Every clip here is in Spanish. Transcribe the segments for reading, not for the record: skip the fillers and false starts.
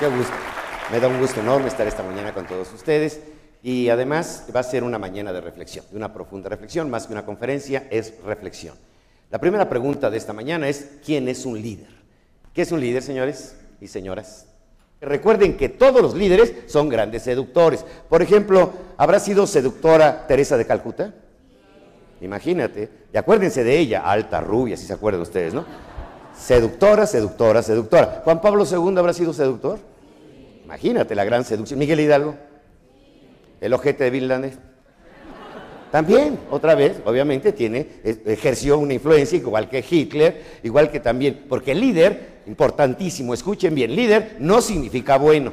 qué gusto. Me da un gusto enorme estar esta mañana con todos ustedes y además va a ser una mañana de reflexión, de una profunda reflexión, más que una conferencia, es reflexión. La primera pregunta de esta mañana es, ¿quién es un líder? ¿Qué es un líder, señores y señoras? Recuerden que todos los líderes son grandes seductores. Por ejemplo, ¿habrá sido seductora Teresa de Calcuta? Imagínate, y acuérdense de ella, alta, rubia, si se acuerdan ustedes, ¿no? Seductora, seductora, seductora. ¿Juan Pablo II habrá sido seductor? Imagínate la gran seducción. ¿Miguel Hidalgo? ¿El ojete de Bin Laden? También, otra vez, obviamente, ejerció una influencia, igual que Hitler, igual que también, porque el líder, importantísimo, escuchen bien, líder no significa bueno,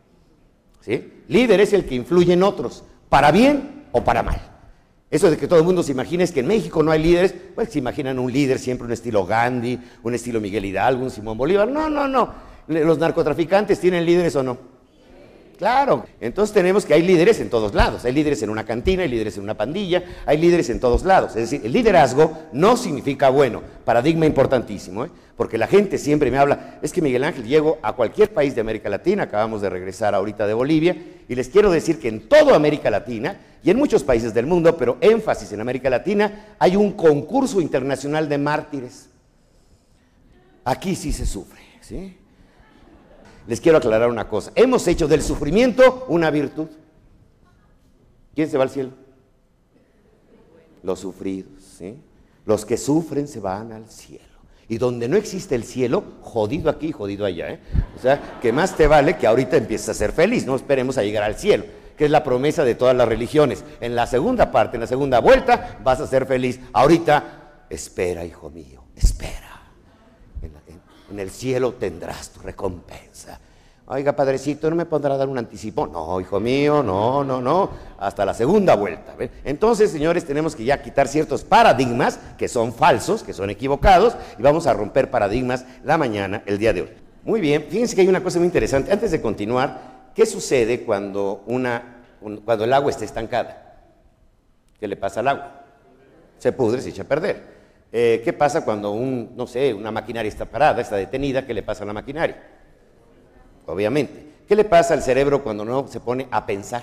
¿sí? Líder es el que influye en otros, para bien o para mal. Eso de que todo el mundo se imagina es que en México no hay líderes, pues se imaginan un líder siempre un estilo Gandhi, un estilo Miguel Hidalgo, un Simón Bolívar. No, no, no. ¿Los narcotraficantes tienen líderes o no? Claro, entonces tenemos que hay líderes en todos lados, hay líderes en una cantina, hay líderes en una pandilla, hay líderes en todos lados, es decir, el liderazgo no significa bueno, paradigma importantísimo, porque la gente siempre me habla, es que Miguel Ángel, llego a cualquier país de América Latina, acabamos de regresar ahorita de Bolivia, y les quiero decir que en toda América Latina, y en muchos países del mundo, pero énfasis en América Latina, hay un concurso internacional de mártires. Aquí sí se sufre, ¿sí? Les quiero aclarar una cosa, hemos hecho del sufrimiento una virtud. ¿Quién se va al cielo? Los sufridos, ¿sí? Los que sufren se van al cielo. Y donde no existe el cielo, jodido aquí, jodido allá, O sea, que más te vale que ahorita empieces a ser feliz, no esperemos a llegar al cielo, que es la promesa de todas las religiones. En la segunda parte, en la segunda vuelta, vas a ser feliz. Ahorita, espera, hijo mío, espera. En el cielo tendrás tu recompensa. Oiga, padrecito, ¿no me podrá dar un anticipo? No, hijo mío, no, no, no, hasta la segunda vuelta. ¿Ven? Entonces, señores, tenemos que ya quitar ciertos paradigmas que son falsos, que son equivocados, y vamos a romper paradigmas la mañana, el día de hoy. Muy bien, fíjense que hay una cosa muy interesante. Antes de continuar, ¿qué sucede cuando cuando el agua está estancada? ¿Qué le pasa al agua? Se pudre, se echa a perder. ¿Qué pasa cuando no sé, una maquinaria está parada, está detenida? ¿Qué le pasa a la maquinaria? Obviamente. ¿Qué le pasa al cerebro cuando no se pone a pensar?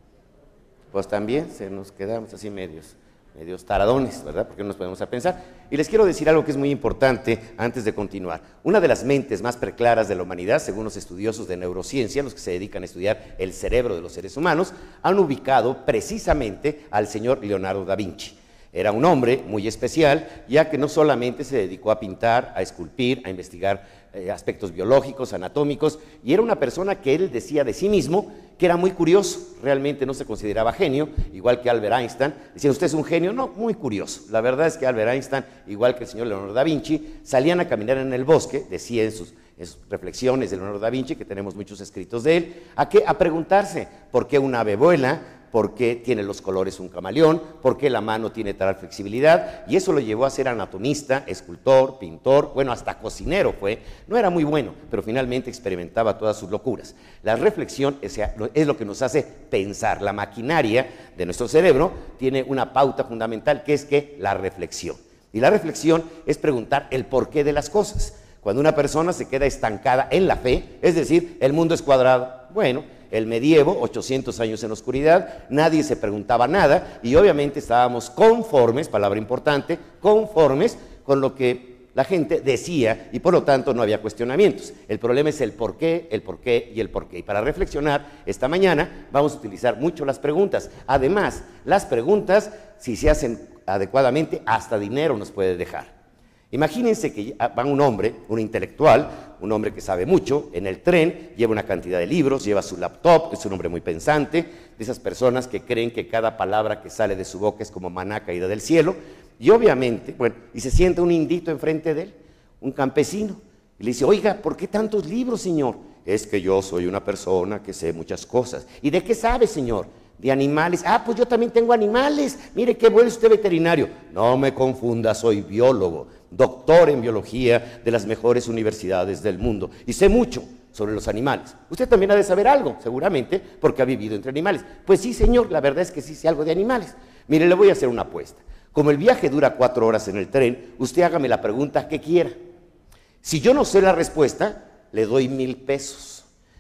Pues también nos quedamos así medios taradones, ¿verdad? Porque no nos ponemos a pensar. Y les quiero decir algo que es muy importante antes de continuar. Una de las mentes más preclaras de la humanidad, según los estudiosos de neurociencia, los que se dedican a estudiar el cerebro de los seres humanos, han ubicado precisamente al señor Leonardo da Vinci. Era un hombre muy especial, ya que no solamente se dedicó a pintar, a esculpir, a investigar aspectos biológicos, anatómicos, y era una persona que él decía de sí mismo que era muy curioso, realmente no se consideraba genio, igual que Albert Einstein. Decía, ¿usted es un genio? No, muy curioso. La verdad es que Albert Einstein, igual que el señor Leonardo da Vinci, salían a caminar en el bosque, decía en sus reflexiones de Leonardo da Vinci, que tenemos muchos escritos de él, a preguntarse, ¿por qué un ave vuela? ¿Por qué tiene los colores un camaleón? ¿Por qué la mano tiene tal flexibilidad? Y eso lo llevó a ser anatomista, escultor, pintor, bueno, hasta cocinero fue. No era muy bueno, pero finalmente experimentaba todas sus locuras. La reflexión es lo que nos hace pensar. La maquinaria de nuestro cerebro tiene una pauta fundamental, que es la reflexión. Y la reflexión es preguntar el porqué de las cosas. Cuando una persona se queda estancada en la fe, es decir, el mundo es cuadrado, bueno, el medievo, 800 años en oscuridad, nadie se preguntaba nada y obviamente estábamos conformes, palabra importante, conformes con lo que la gente decía y por lo tanto no había cuestionamientos. El problema es el por qué, el por qué y el por qué. Y para reflexionar esta mañana vamos a utilizar mucho las preguntas. Además, las preguntas, si se hacen adecuadamente, hasta dinero nos puede dejar. Imagínense que va un hombre, un intelectual, un hombre que sabe mucho, en el tren, lleva una cantidad de libros, lleva su laptop, es un hombre muy pensante, de esas personas que creen que cada palabra que sale de su boca es como maná caída del cielo, y obviamente, bueno, y se sienta un indito enfrente de él, un campesino, y le dice, oiga, ¿por qué tantos libros, señor? Es que yo soy una persona que sé muchas cosas. ¿Y de qué sabe, señor? De animales. Ah, pues yo también tengo animales. Mire, qué bueno es usted veterinario. No me confunda, soy biólogo, doctor en biología de las mejores universidades del mundo. Y sé mucho sobre los animales. Usted también ha de saber algo, seguramente, porque ha vivido entre animales. Pues sí, señor, la verdad es que sí sé algo de animales. Mire, le voy a hacer una apuesta. Como el viaje dura 4 horas en el tren, usted hágame la pregunta que quiera. Si yo no sé la respuesta, le doy 1000 pesos.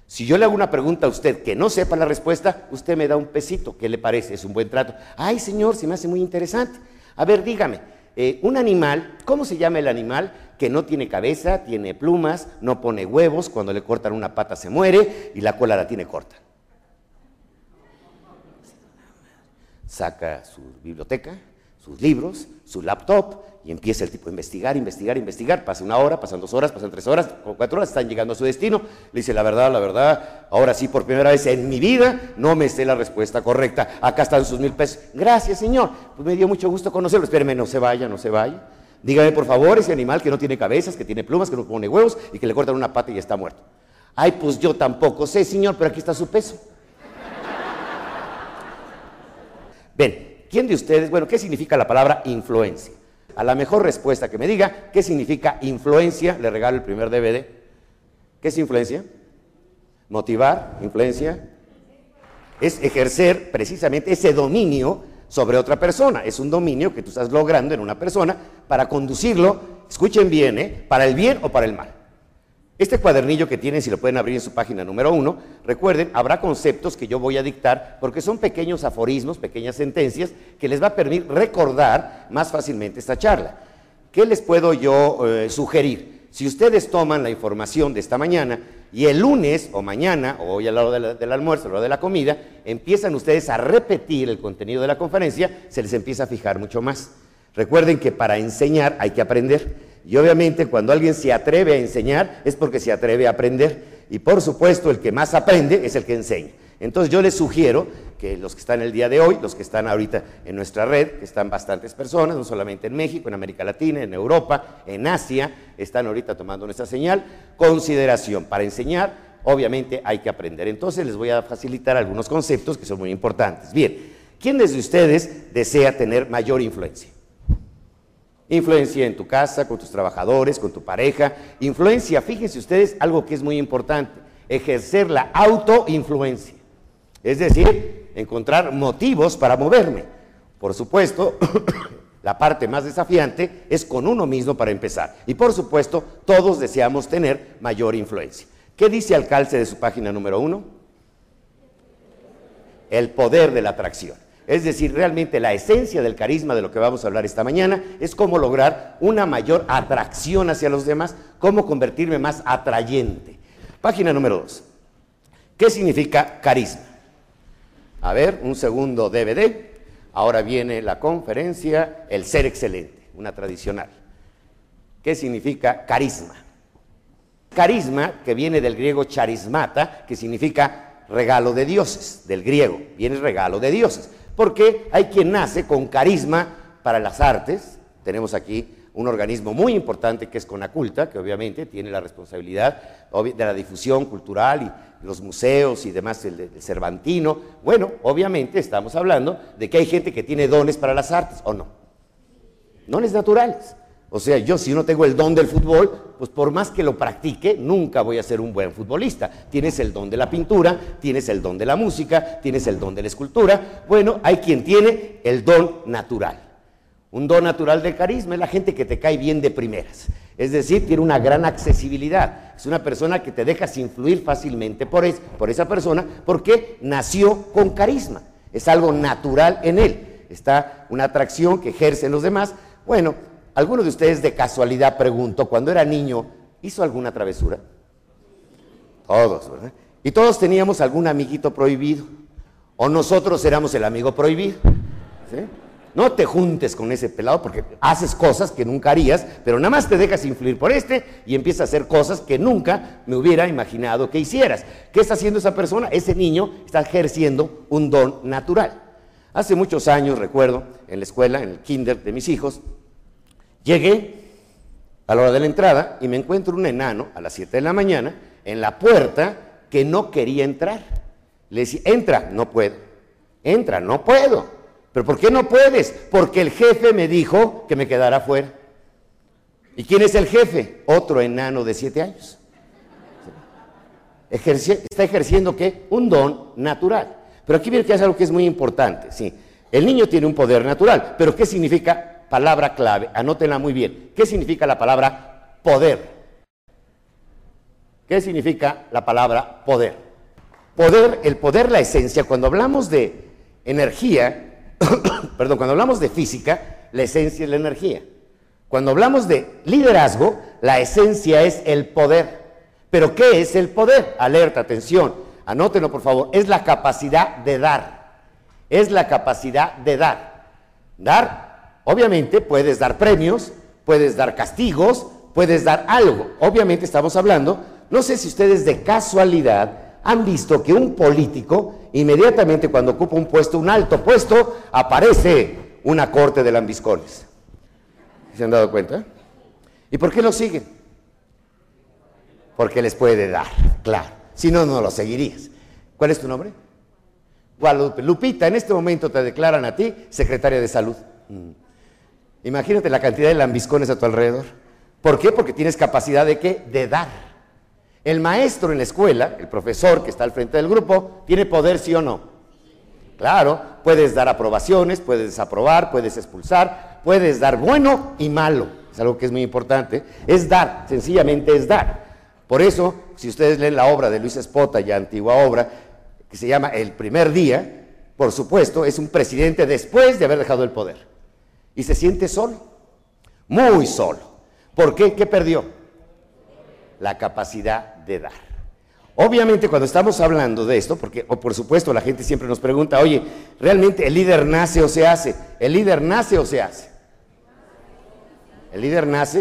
Si yo le hago una pregunta a usted que no sepa la respuesta, usted me da un pesito. ¿Qué le parece? Es un buen trato. Ay, señor, se me hace muy interesante. A ver, dígame, un animal, ¿cómo se llama el animal que no tiene cabeza, tiene plumas, no pone huevos, cuando le cortan una pata se muere y la cola la tiene corta? Saca su biblioteca, sus libros, su laptop y empieza el tipo a investigar, investigar, pasa 1 hora, pasan 2 horas, pasan 3 horas, 4 horas, están llegando a su destino, le dice la verdad, ahora sí por primera vez en mi vida no me sé la respuesta correcta, acá están sus 1000 pesos, gracias señor, pues me dio mucho gusto conocerlo, espéreme, no se vaya, dígame por favor ese animal que no tiene cabezas, que tiene plumas, que no pone huevos y que le cortan una pata y está muerto. Ay, pues yo tampoco sé señor, pero aquí está su peso. Ven, ¿quién de ustedes, bueno, qué significa la palabra influencia? A la mejor respuesta que me diga, ¿qué significa influencia? Le regalo el primer DVD. ¿Qué es influencia? Motivar, influencia. Es ejercer precisamente ese dominio sobre otra persona. Es un dominio que tú estás logrando en una persona para conducirlo, escuchen bien, para el bien o para el mal. Este cuadernillo que tienen, si lo pueden abrir en su página número 1, recuerden, habrá conceptos que yo voy a dictar porque son pequeños aforismos, pequeñas sentencias que les va a permitir recordar más fácilmente esta charla. ¿Qué les puedo yo sugerir? Si ustedes toman la información de esta mañana y el lunes o mañana, o hoy a la hora del almuerzo, a la hora de la comida, empiezan ustedes a repetir el contenido de la conferencia, se les empieza a fijar mucho más. Recuerden que para enseñar hay que aprender. Y obviamente cuando alguien se atreve a enseñar es porque se atreve a aprender. Y por supuesto el que más aprende es el que enseña. Entonces yo les sugiero que los que están el día de hoy, los que están ahorita en nuestra red, que están bastantes personas, no solamente en México, en América Latina, en Europa, en Asia, están ahorita tomando nuestra señal, consideración. Para enseñar, obviamente hay que aprender. Entonces les voy a facilitar algunos conceptos que son muy importantes. Bien, ¿quién de ustedes desea tener mayor influencia? Influencia en tu casa, con tus trabajadores, con tu pareja. Influencia, fíjense ustedes, algo que es muy importante, ejercer la autoinfluencia. Es decir, encontrar motivos para moverme. Por supuesto, la parte más desafiante es con uno mismo para empezar. Y por supuesto, todos deseamos tener mayor influencia. ¿Qué dice al calce de su página número 1? El poder de la atracción. Es decir, realmente la esencia del carisma de lo que vamos a hablar esta mañana es cómo lograr una mayor atracción hacia los demás, cómo convertirme más atrayente. Página número 2. ¿Qué significa carisma? A ver, un segundo DVD. Ahora viene la conferencia, el ser excelente, una tradicional. ¿Qué significa carisma? Carisma, que viene del griego charismata, que significa regalo de dioses, del griego, viene regalo de dioses. Porque hay quien nace con carisma para las artes. Tenemos aquí un organismo muy importante que es Conaculta, que obviamente tiene la responsabilidad de la difusión cultural y los museos y demás, el Cervantino. Bueno, obviamente estamos hablando de que hay gente que tiene dones para las artes, ¿o no? Dones naturales. O sea, yo si no tengo el don del fútbol, pues por más que lo practique, nunca voy a ser un buen futbolista. Tienes el don de la pintura, tienes el don de la música, tienes el don de la escultura. Bueno, hay quien tiene el don natural. Un don natural de carisma es la gente que te cae bien de primeras. Es decir, tiene una gran accesibilidad. Es una persona que te dejas influir fácilmente por esa persona porque nació con carisma. Es algo natural en él. Está una atracción que ejercen los demás. Bueno, ¿alguno de ustedes de casualidad, pregunto, cuando era niño, hizo alguna travesura? Todos, ¿verdad? Y todos teníamos algún amiguito prohibido. O nosotros éramos el amigo prohibido. ¿Sí? No te juntes con ese pelado porque haces cosas que nunca harías, pero nada más te dejas influir por y empiezas a hacer cosas que nunca me hubiera imaginado que hicieras. ¿Qué está haciendo esa persona? Ese niño está ejerciendo un don natural. Hace muchos años, recuerdo, en la escuela, en el kinder de mis hijos, llegué a la hora de la entrada y me encuentro un enano a las 7 de la mañana en la puerta que no quería entrar. Le decía, entra, no puedo. Entra, no puedo. ¿Pero por qué no puedes? Porque el jefe me dijo que me quedara afuera. ¿Y quién es el jefe? Otro enano de 7 años. Está ejerciendo, ¿qué? Un don natural. Pero aquí viene que es algo que es muy importante. Sí. El niño tiene un poder natural, pero ¿qué significa? Palabra clave, anótenla muy bien. ¿Qué significa la palabra poder? ¿Qué significa la palabra poder? Poder, el poder, la esencia, cuando hablamos de energía, perdón, cuando hablamos de física, la esencia es la energía. Cuando hablamos de liderazgo, la esencia es el poder. ¿Pero qué es el poder? Alerta, atención, anótenlo por favor, es la capacidad de dar. Es la capacidad de dar. Dar, obviamente, puedes dar premios, puedes dar castigos, puedes dar algo. Obviamente estamos hablando, no sé si ustedes de casualidad han visto que un político, inmediatamente cuando ocupa un puesto, un alto puesto, aparece una corte de lambiscones. ¿Se han dado cuenta? ¿Y por qué lo siguen? Porque les puede dar, claro. Si no, no lo seguirías. ¿Cuál es tu nombre? Guadalupe. Lupita, en este momento te declaran a ti secretaria de salud. Imagínate la cantidad de lambiscones a tu alrededor. ¿Por qué? Porque tienes capacidad de ¿qué? De dar. El maestro en la escuela, el profesor que está al frente del grupo, ¿tiene poder sí o no? Claro, puedes dar aprobaciones, puedes desaprobar, puedes expulsar, puedes dar bueno y malo. Es algo que es muy importante. Es dar, sencillamente es dar. Por eso, si ustedes leen la obra de Luis Espota, ya antigua obra, que se llama El primer día, por supuesto, es un presidente después de haber dejado el poder. Y se siente solo, muy solo. ¿Por qué? ¿Qué perdió? La capacidad de dar. Obviamente cuando estamos hablando de esto, porque por supuesto la gente siempre nos pregunta, oye, ¿realmente el líder nace o se hace? ¿El líder nace o se hace? ¿El líder nace?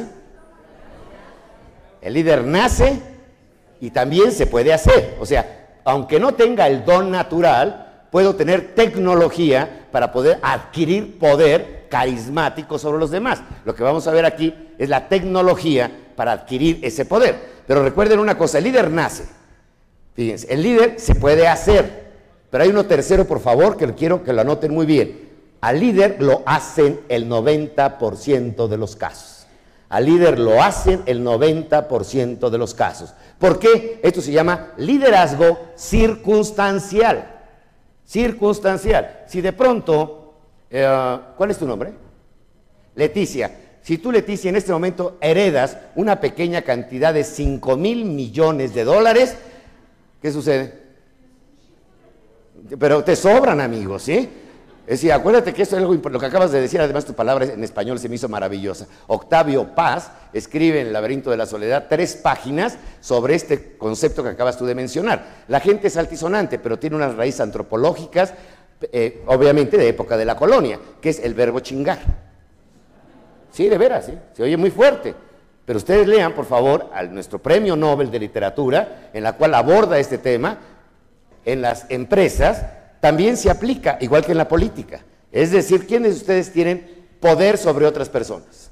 El líder nace y también se puede hacer. O sea, aunque no tenga el don natural, puedo tener tecnología para poder adquirir poder carismático sobre los demás. Lo que vamos a ver aquí es la tecnología para adquirir ese poder. Pero recuerden una cosa, el líder nace. Fíjense, el líder se puede hacer. Pero hay uno tercero, por favor, que quiero que lo anoten muy bien. Al líder lo hacen el 90% de los casos. Al líder lo hacen el 90% de los casos. ¿Por qué? Esto se llama liderazgo circunstancial. Circunstancial. Si de pronto, ¿cuál es tu nombre? Leticia. Si tú, Leticia, en este momento heredas una pequeña cantidad de 5,000 millones de dólares, ¿qué sucede? Pero te sobran, amigos, ¿sí? Es decir, acuérdate que esto es algo importante, lo que acabas de decir, además tu palabra en español se me hizo maravillosa. Octavio Paz escribe en El laberinto de la soledad 3 páginas sobre este concepto que acabas tú de mencionar. La gente es altisonante, pero tiene unas raíces antropológicas, obviamente de época de la colonia, que es el verbo chingar. Sí, de veras, ¿sí? Se oye muy fuerte. Pero ustedes lean, por favor, a nuestro Premio Nobel de Literatura, en la cual aborda este tema, en las empresas, también se aplica, igual que en la política. Es decir, ¿quiénes de ustedes tienen poder sobre otras personas?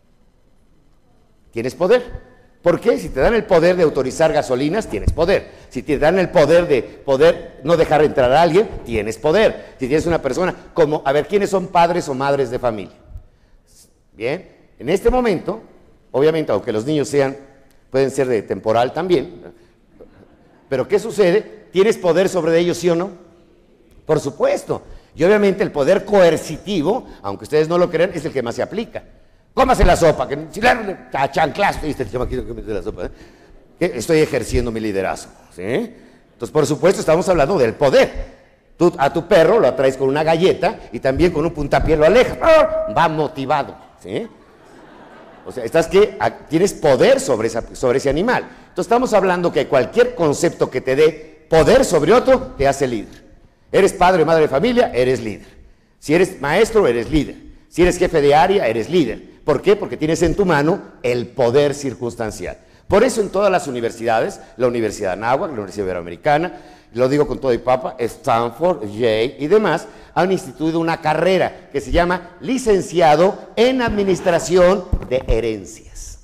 ¿Tienes poder? ¿Por qué? Si te dan el poder de autorizar gasolinas, tienes poder. Si te dan el poder de poder no dejar entrar a alguien, tienes poder. Si tienes una persona como, a ver, ¿quiénes son padres o madres de familia? Bien, en este momento, obviamente, aunque los niños pueden ser de temporal también, pero ¿qué sucede? ¿Tienes poder sobre ellos, sí o no? Por supuesto. Y obviamente el poder coercitivo, aunque ustedes no lo crean, es el que más se aplica. Cómase la sopa, que si la chanclaste, este chamaquito que mete la sopa, que estoy ejerciendo mi liderazgo, ¿sí? Entonces, por supuesto, estamos hablando del poder. Tú a tu perro lo atraes con una galleta y también con un puntapié lo alejas. Va motivado, ¿sí? O sea, tienes poder sobre ese animal. Entonces, estamos hablando que cualquier concepto que te dé poder sobre otro, te hace líder. Eres padre o madre de familia, eres líder. Si eres maestro, eres líder. Si eres jefe de área, eres líder. ¿Por qué? Porque tienes en tu mano el poder circunstancial. Por eso en todas las universidades, la Universidad de Anáhuac, la Universidad Iberoamericana, lo digo con todo y papa, Stanford, Yale y demás, han instituido una carrera que se llama Licenciado en Administración de Herencias.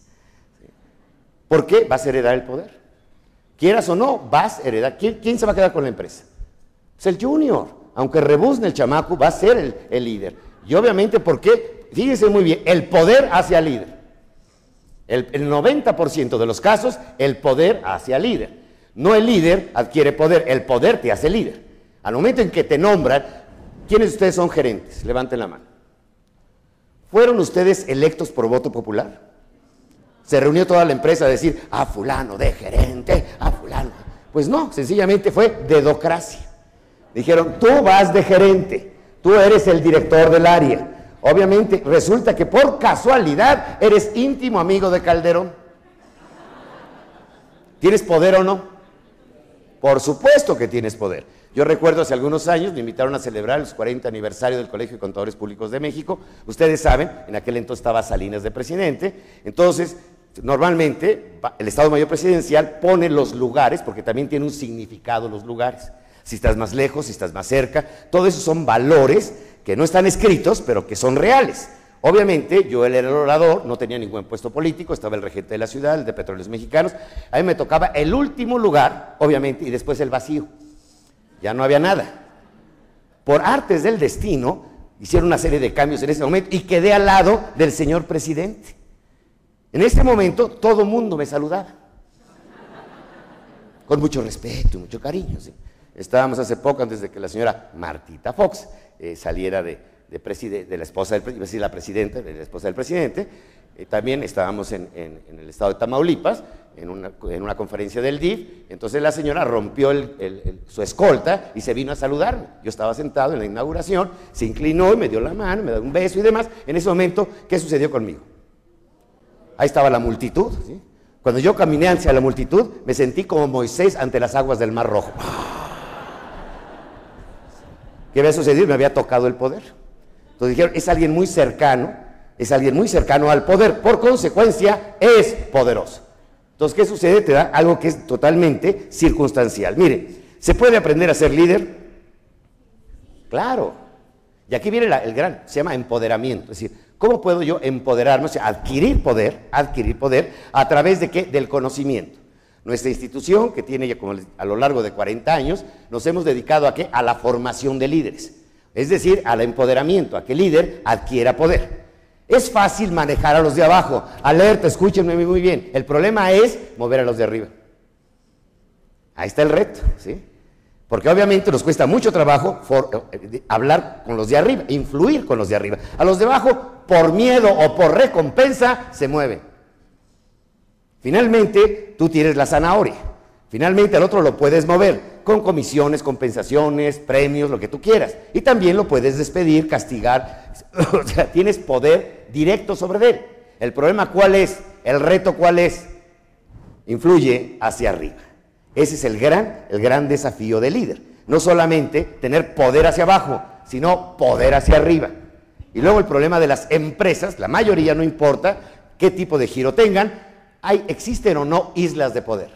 ¿Por qué? Vas a heredar el poder. Quieras o no, vas a heredar. ¿Quién se va a quedar con la empresa? Es el junior, aunque rebuzne el chamaco, va a ser el líder. Y obviamente, ¿por qué? Fíjense muy bien, el poder hace al líder. El 90% de los casos, el poder hace al líder. No el líder adquiere poder, el poder te hace líder. Al momento en que te nombran, ¿quiénes de ustedes son gerentes? Levanten la mano. ¿Fueron ustedes electos por voto popular? Se reunió toda la empresa a decir, a fulano de gerente, a fulano. Pues no, sencillamente fue dedocracia. Dijeron, tú vas de gerente, tú eres el director del área. Obviamente resulta que por casualidad eres íntimo amigo de Calderón. ¿Tienes poder o no? Por supuesto que tienes poder. Yo recuerdo hace algunos años me invitaron a celebrar el 40 aniversario del Colegio de Contadores Públicos de México. Ustedes saben, en aquel entonces estaba Salinas de presidente. Entonces, normalmente el Estado Mayor Presidencial pone los lugares, porque también tiene un significado los lugares. Si estás más lejos, si estás más cerca, todo eso son valores que no están escritos, pero que son reales. Obviamente, yo era el orador, no tenía ningún puesto político, estaba el regente de la ciudad, el de Petróleos Mexicanos. A mí me tocaba el último lugar, obviamente, y después el vacío. Ya no había nada. Por artes del destino, hicieron una serie de cambios en ese momento y quedé al lado del señor presidente. En ese momento, todo el mundo me saludaba. Con mucho respeto y mucho cariño, ¿sí? Estábamos hace poco, antes de que la señora Martita Fox saliera de la esposa del presidente, la presidenta, de la esposa del presidente. También estábamos en el estado de Tamaulipas, en una conferencia del DIF. Entonces la señora rompió su escolta y se vino a saludarme. Yo estaba sentado en la inauguración, se inclinó y me dio la mano, me dio un beso y demás. En ese momento, ¿qué sucedió conmigo? Ahí estaba la multitud, ¿sí? Cuando yo caminé hacia la multitud, me sentí como Moisés ante las aguas del Mar Rojo. ¿Qué había sucedido? Me había tocado el poder. Entonces dijeron, es alguien muy cercano al poder, por consecuencia es poderoso. Entonces, ¿qué sucede? Te da algo que es totalmente circunstancial. Mire, ¿se puede aprender a ser líder? Claro. Y aquí viene el gran, se llama empoderamiento. Es decir, ¿cómo puedo yo empoderarme? O sea, adquirir poder a través de ¿qué? Del conocimiento. Nuestra institución, que tiene ya como a lo largo de 40 años, nos hemos dedicado ¿a qué? A la formación de líderes. Es decir, al empoderamiento, a que el líder adquiera poder. Es fácil manejar a los de abajo. Alerta, escúchenme muy bien. El problema es mover a los de arriba. Ahí está el reto, ¿sí? Porque obviamente nos cuesta mucho trabajo hablar con los de arriba, influir con los de arriba. A los de abajo, por miedo o por recompensa, se mueven. Finalmente, tú tienes la zanahoria. Finalmente, al otro lo puedes mover con comisiones, compensaciones, premios, lo que tú quieras. Y también lo puedes despedir, castigar. O sea, tienes poder directo sobre él. El problema, ¿cuál es? El reto, ¿cuál es? Influye hacia arriba. Ese es el gran desafío del líder. No solamente tener poder hacia abajo, sino poder hacia arriba. Y luego el problema de las empresas, la mayoría no importa qué tipo de giro tengan, existen o no islas de poder.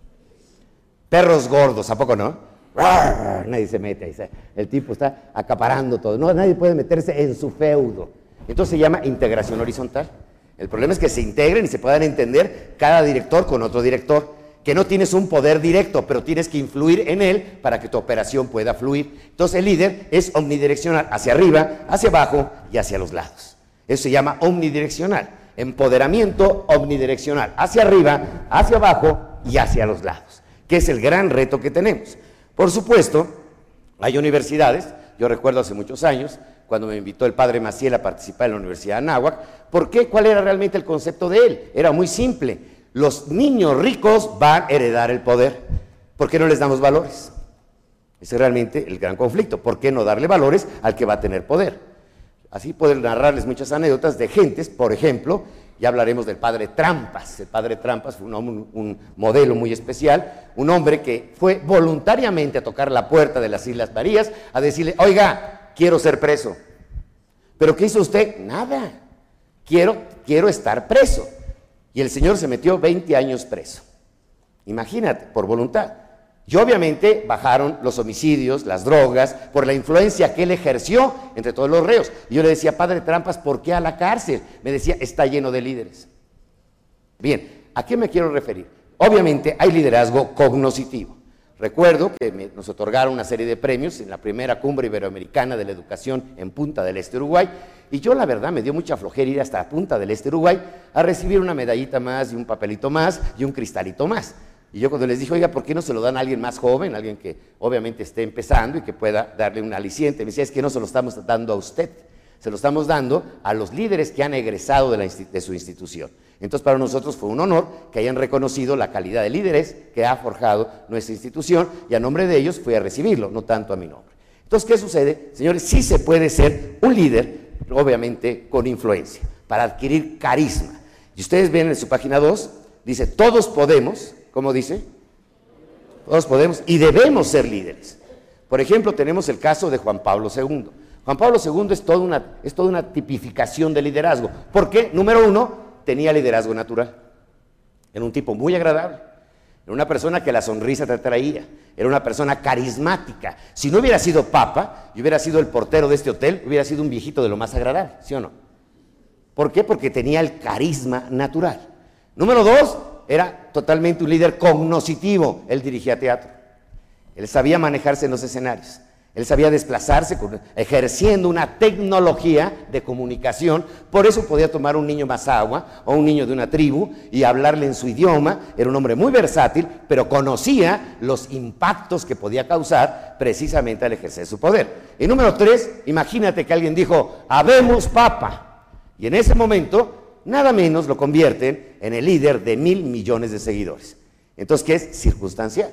Perros gordos, ¿a poco no? Nadie se mete ahí, el tipo está acaparando todo, no, nadie puede meterse en su feudo. Entonces se llama integración horizontal. El problema es que se integren y se puedan entender cada director con otro director, que no tienes un poder directo, pero tienes que influir en él para que tu operación pueda fluir. Entonces el líder es omnidireccional, hacia arriba, hacia abajo y hacia los lados. Eso se llama omnidireccional, empoderamiento omnidireccional, hacia arriba, hacia abajo y hacia los lados, que es el gran reto que tenemos. Por supuesto, hay universidades, yo recuerdo hace muchos años, cuando me invitó el padre Maciel a participar en la Universidad de Anáhuac, ¿por qué? ¿Cuál era realmente el concepto de él? Era muy simple. Los niños ricos van a heredar el poder. ¿Por qué no les damos valores? Ese es realmente el gran conflicto. ¿Por qué no darle valores al que va a tener poder? Así puedo narrarles muchas anécdotas de gentes, por ejemplo, ya hablaremos del padre Trampas. El padre Trampas fue un modelo muy especial, un hombre que fue voluntariamente a tocar la puerta de las Islas Marías a decirle, oiga, quiero ser preso. ¿Pero qué hizo usted? Nada, quiero estar preso. Y el señor se metió 20 años preso. Imagínate, por voluntad. Y obviamente bajaron los homicidios, las drogas, por la influencia que él ejerció entre todos los reos. Y yo le decía, padre Trampas, ¿por qué a la cárcel? Me decía, está lleno de líderes. Bien, ¿a qué me quiero referir? Obviamente hay liderazgo cognoscitivo. Recuerdo que nos otorgaron una serie de premios en la primera cumbre iberoamericana de la educación en Punta del Este, Uruguay, y yo la verdad me dio mucha flojera ir hasta Punta del Este, Uruguay, a recibir una medallita más y un papelito más y un cristalito más. Y yo cuando les dije, oiga, ¿por qué no se lo dan a alguien más joven, alguien que obviamente esté empezando y que pueda darle un aliciente? Me decía, es que no se lo estamos dando a usted, se lo estamos dando a los líderes que han egresado de su institución. Entonces, para nosotros fue un honor que hayan reconocido la calidad de líderes que ha forjado nuestra institución, y a nombre de ellos fui a recibirlo, no tanto a mi nombre. Entonces, ¿qué sucede? Señores, sí se puede ser un líder, obviamente con influencia, para adquirir carisma. Y ustedes ven en su página 2, dice, todos podemos, ¿cómo dice? Todos podemos y debemos ser líderes. Por ejemplo, tenemos el caso de Juan Pablo II. Juan Pablo II es toda una tipificación de liderazgo. ¿Por qué? Número uno, tenía liderazgo natural. Era un tipo muy agradable. Era una persona que la sonrisa te atraía. Era una persona carismática. Si no hubiera sido papa y hubiera sido el portero de este hotel, hubiera sido un viejito de lo más agradable, ¿sí o no? ¿Por qué? Porque tenía el carisma natural. Número dos, era totalmente un líder cognoscitivo. Él dirigía teatro. Él sabía manejarse en los escenarios. Él sabía desplazarse ejerciendo una tecnología de comunicación. Por eso podía tomar un niño mazahua o un niño de una tribu y hablarle en su idioma. Era un hombre muy versátil, pero conocía los impactos que podía causar precisamente al ejercer su poder. Y número tres, imagínate que alguien dijo, habemos papa. Y en ese momento, nada menos lo convierten en el líder de 1.000 millones de seguidores. Entonces, ¿qué es? Circunstancial.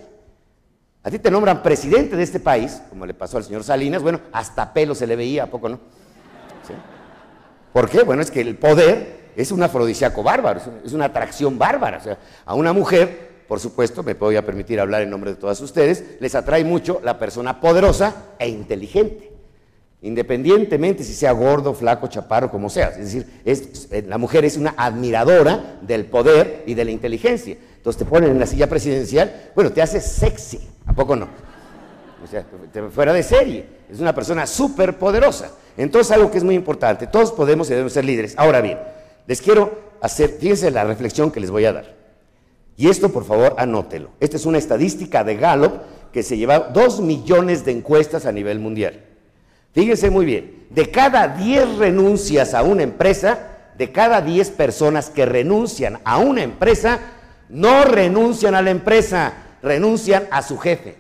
A ti te nombran presidente de este país, como le pasó al señor Salinas, bueno, hasta pelo se le veía, ¿a poco no? ¿Sí? ¿Por qué? Bueno, es que el poder es un afrodisíaco bárbaro, es una atracción bárbara. O sea, a una mujer, por supuesto, me voy a permitir hablar en nombre de todas ustedes, les atrae mucho la persona poderosa e inteligente, independientemente si sea gordo, flaco, chaparro, como sea. Es decir, la mujer es una admiradora del poder y de la inteligencia. Entonces te ponen en la silla presidencial, bueno, te hace sexy, ¿a poco no? O sea, fuera de serie, es una persona súper poderosa. Entonces, algo que es muy importante, todos podemos y debemos ser líderes. Ahora bien, les quiero hacer, fíjense la reflexión que les voy a dar. Y esto, por favor, anótelo. Esta es una estadística de Gallup que se lleva 2 millones de encuestas a nivel mundial. Fíjense muy bien, de cada 10 renuncias a una empresa, de cada 10 personas que renuncian a una empresa, no renuncian a la empresa, renuncian a su jefe.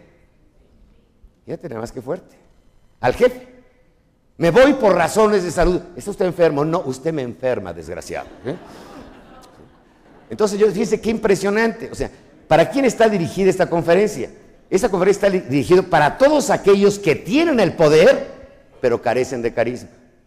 Fíjate nada más que fuerte. Al jefe. Me voy por razones de salud. ¿Está usted enfermo? No, usted me enferma, desgraciado. Entonces, fíjense qué impresionante. O sea, ¿para quién está dirigida esta conferencia? Esta conferencia está dirigida para todos aquellos que tienen el poder, pero carecen de carisma.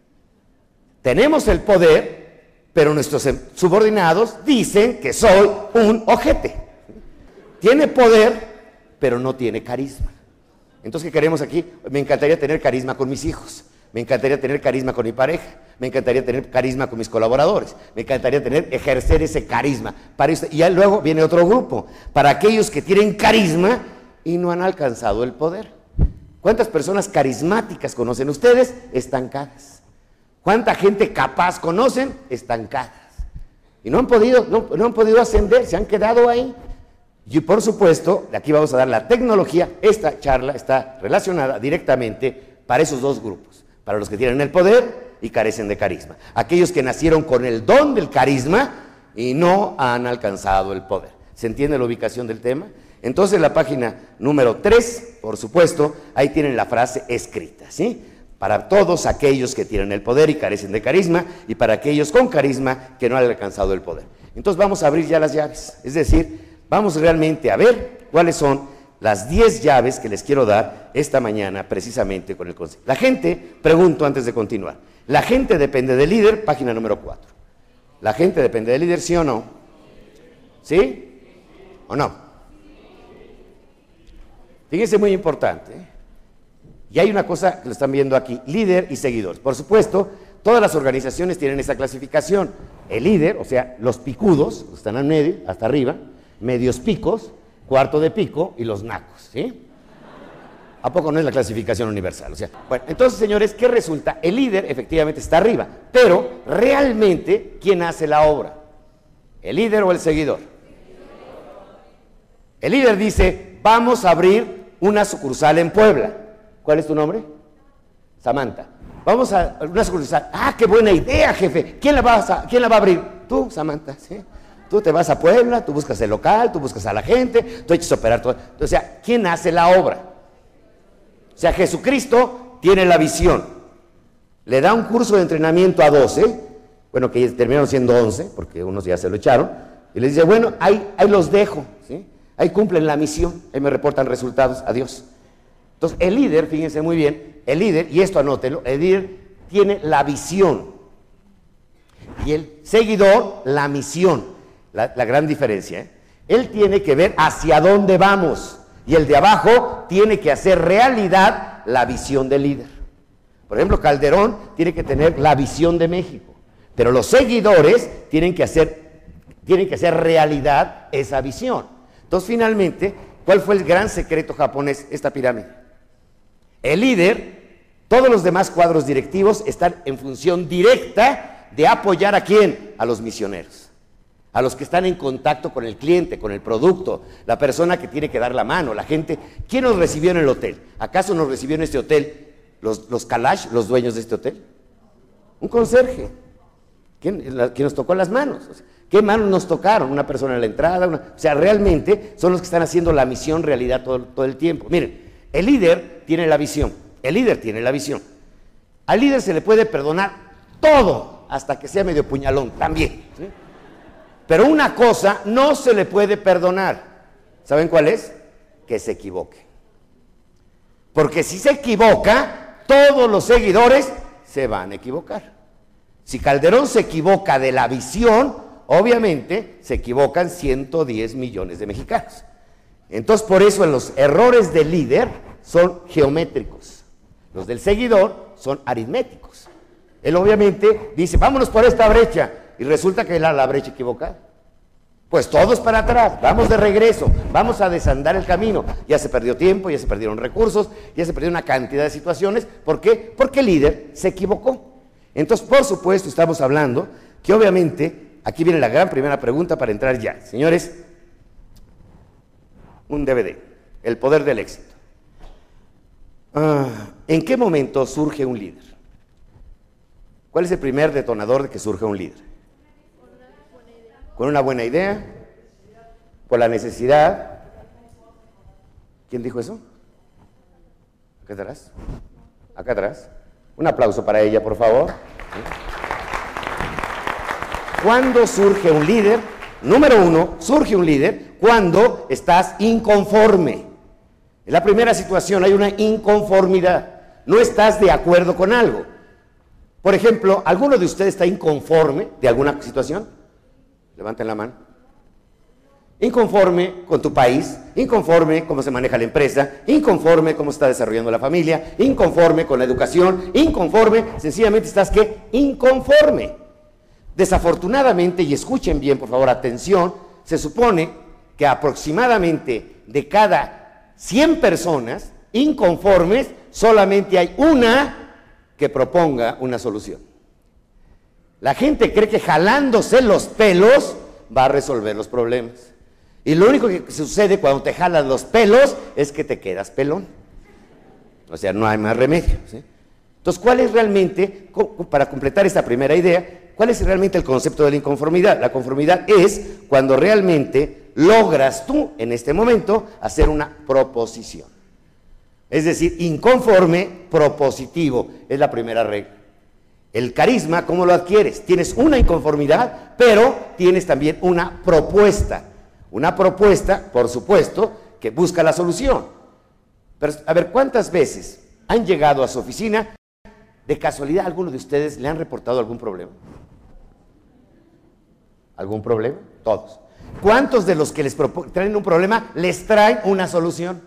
Tenemos el poder, pero nuestros subordinados dicen que soy un ojete. Tiene poder, pero no tiene carisma. Entonces, ¿qué queremos aquí? Me encantaría tener carisma con mis hijos, me encantaría tener carisma con mi pareja, me encantaría tener carisma con mis colaboradores, me encantaría ejercer ese carisma. Y ya luego viene otro grupo, para aquellos que tienen carisma y no han alcanzado el poder. ¿Cuántas personas carismáticas conocen ustedes? Estancadas. ¿Cuánta gente capaz conocen? Estancadas. Y no han podido ascender, se han quedado ahí. Y por supuesto, aquí vamos a dar la tecnología. Esta charla está relacionada directamente para esos dos grupos. Para los que tienen el poder y carecen de carisma. Aquellos que nacieron con el don del carisma y no han alcanzado el poder. ¿Se entiende la ubicación del tema? Entonces, la página número 3, por supuesto, ahí tienen la frase escrita, ¿sí? Para todos aquellos que tienen el poder y carecen de carisma, y para aquellos con carisma que no han alcanzado el poder. Entonces vamos a abrir ya las llaves, es decir, vamos realmente a ver cuáles son las 10 llaves que les quiero dar esta mañana precisamente con el consejo. La gente, pregunto antes de continuar, ¿la gente depende del líder? Página número 4. ¿La gente depende del líder, sí o no? ¿Sí o no? Fíjense, muy importante, ¿eh? Y hay una cosa que lo están viendo aquí, líder y seguidores. Por supuesto, todas las organizaciones tienen esa clasificación. El líder, o sea, los picudos, están al medio, hasta arriba, medios picos, cuarto de pico y los nacos, ¿sí? ¿A poco no es la clasificación universal? O sea, bueno, entonces, señores, ¿qué resulta? El líder efectivamente está arriba, pero realmente, ¿quién hace la obra? ¿El líder o el seguidor? El líder dice, vamos a abrir una sucursal en Puebla. ¿Cuál es tu nombre? Samantha. Vamos a una sucursal. ¡Ah, qué buena idea, jefe! ¿Quién la va a abrir? Tú, Samantha, ¿sí? Tú te vas a Puebla, tú buscas el local, tú buscas a la gente, tú echas a operar todo. O sea, ¿quién hace la obra? O sea, Jesucristo tiene la visión. le da un curso de entrenamiento a 12, bueno, que terminaron siendo 11, porque unos ya se lo echaron, y les dice, bueno, ahí los dejo, ¿sí? Ahí cumplen la misión, ahí me reportan resultados, adiós. Entonces, el líder, fíjense muy bien, el líder, y esto anótelo, el líder tiene la visión, y el seguidor, la misión, la gran diferencia, ¿eh? Él tiene que ver hacia dónde vamos, y el de abajo tiene que hacer realidad la visión del líder. Por ejemplo, Calderón tiene que tener la visión de México, pero los seguidores tienen que hacer realidad esa visión. Entonces, finalmente, ¿cuál fue el gran secreto japonés? Esta pirámide. El líder, todos los demás cuadros directivos están en función directa de apoyar ¿a quién? A los misioneros, a los que están en contacto con el cliente, con el producto, la persona que tiene que dar la mano, la gente. ¿Quién nos recibió en el hotel? ¿Acaso nos recibió en este hotel los Kalash, los dueños de este hotel? Un conserje. ¿Quién nos tocó las manos? O sea, ¿qué manos nos tocaron? Una persona en la entrada, o sea, realmente son los que están haciendo la misión realidad todo el tiempo. Miren, el líder tiene la visión, el líder tiene la visión. Al líder se le puede perdonar todo, hasta que sea medio puñalón, también, ¿sí? Pero una cosa no se le puede perdonar. ¿Saben cuál es? Que se equivoque. Porque si se equivoca, todos los seguidores se van a equivocar. Si Calderón se equivoca de la visión, obviamente se equivocan 110 millones de mexicanos. Entonces, por eso los errores del líder son geométricos. Los del seguidor son aritméticos. Él obviamente dice, vámonos por esta brecha, y resulta que era la brecha equivocada. Pues todos para atrás, vamos de regreso, vamos a desandar el camino. Ya se perdió tiempo, ya se perdieron recursos, ya se perdió una cantidad de situaciones. ¿Por qué? Porque el líder se equivocó. Entonces, por supuesto, estamos hablando que obviamente, aquí viene la gran primera pregunta para entrar ya. Señores, un DVD, el poder del éxito. ¿En qué momento surge un líder? ¿Cuál es el primer detonador de que surge un líder? Con una buena idea, por la necesidad. ¿Quién dijo eso? Acá atrás. Acá atrás. Un aplauso para ella, por favor. ¿Cuándo surge un líder? Número uno, surge un líder cuando estás inconforme. En la primera situación hay una inconformidad. No estás de acuerdo con algo. Por ejemplo, ¿alguno de ustedes está inconforme de alguna situación? Levanten la mano. Inconforme con tu país, inconforme cómo se maneja la empresa, inconforme cómo se está desarrollando la familia, inconforme con la educación, inconforme, sencillamente estás ¿qué? Inconforme. Desafortunadamente, y escuchen bien, por favor, atención, se supone que aproximadamente de cada 100 personas inconformes, solamente hay una que proponga una solución. La gente cree que jalándose los pelos va a resolver los problemas. Y lo único que sucede cuando te jalan los pelos es que te quedas pelón. O sea, no hay más remedio, ¿sí? Entonces, ¿cuál es realmente, para completar esta primera idea, cuál es realmente el concepto de la inconformidad? La conformidad es cuando realmente logras tú, en este momento, hacer una proposición. Es decir, inconforme, propositivo, es la primera regla. El carisma, ¿cómo lo adquieres? Tienes una inconformidad, pero tienes también una propuesta. Una propuesta, por supuesto, que busca la solución. Pero, a ver, ¿cuántas veces han llegado a su oficina? ¿De casualidad alguno de ustedes le han reportado algún problema? ¿Algún problema? Todos. ¿Cuántos de los que les traen un problema les traen una solución?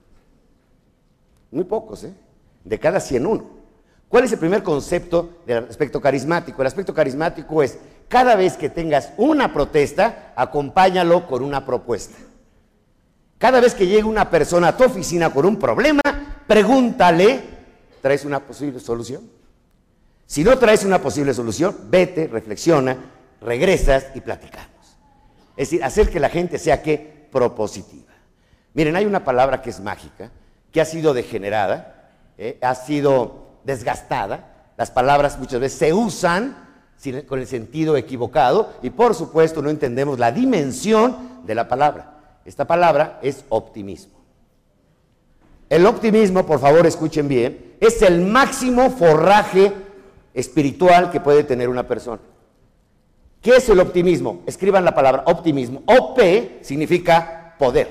Muy pocos, ¿eh? De cada 100, uno. ¿Cuál es el primer concepto del aspecto carismático? El aspecto carismático es, cada vez que tengas una protesta, acompáñalo con una propuesta. Cada vez que llegue una persona a tu oficina con un problema, pregúntale, ¿traes una posible solución? Si no traes una posible solución, vete, reflexiona, regresas y platicamos. Es decir, hacer que la gente sea, ¿qué? Propositiva. Miren, hay una palabra que es mágica, que ha sido degenerada, ha sido desgastada. Las palabras muchas veces se usan con el sentido equivocado y por supuesto no entendemos la dimensión de la palabra. Esta palabra es optimismo. El optimismo, por favor escuchen bien, es el máximo forraje espiritual que puede tener una persona. ¿Qué es el optimismo? Escriban la palabra optimismo. OP significa poder.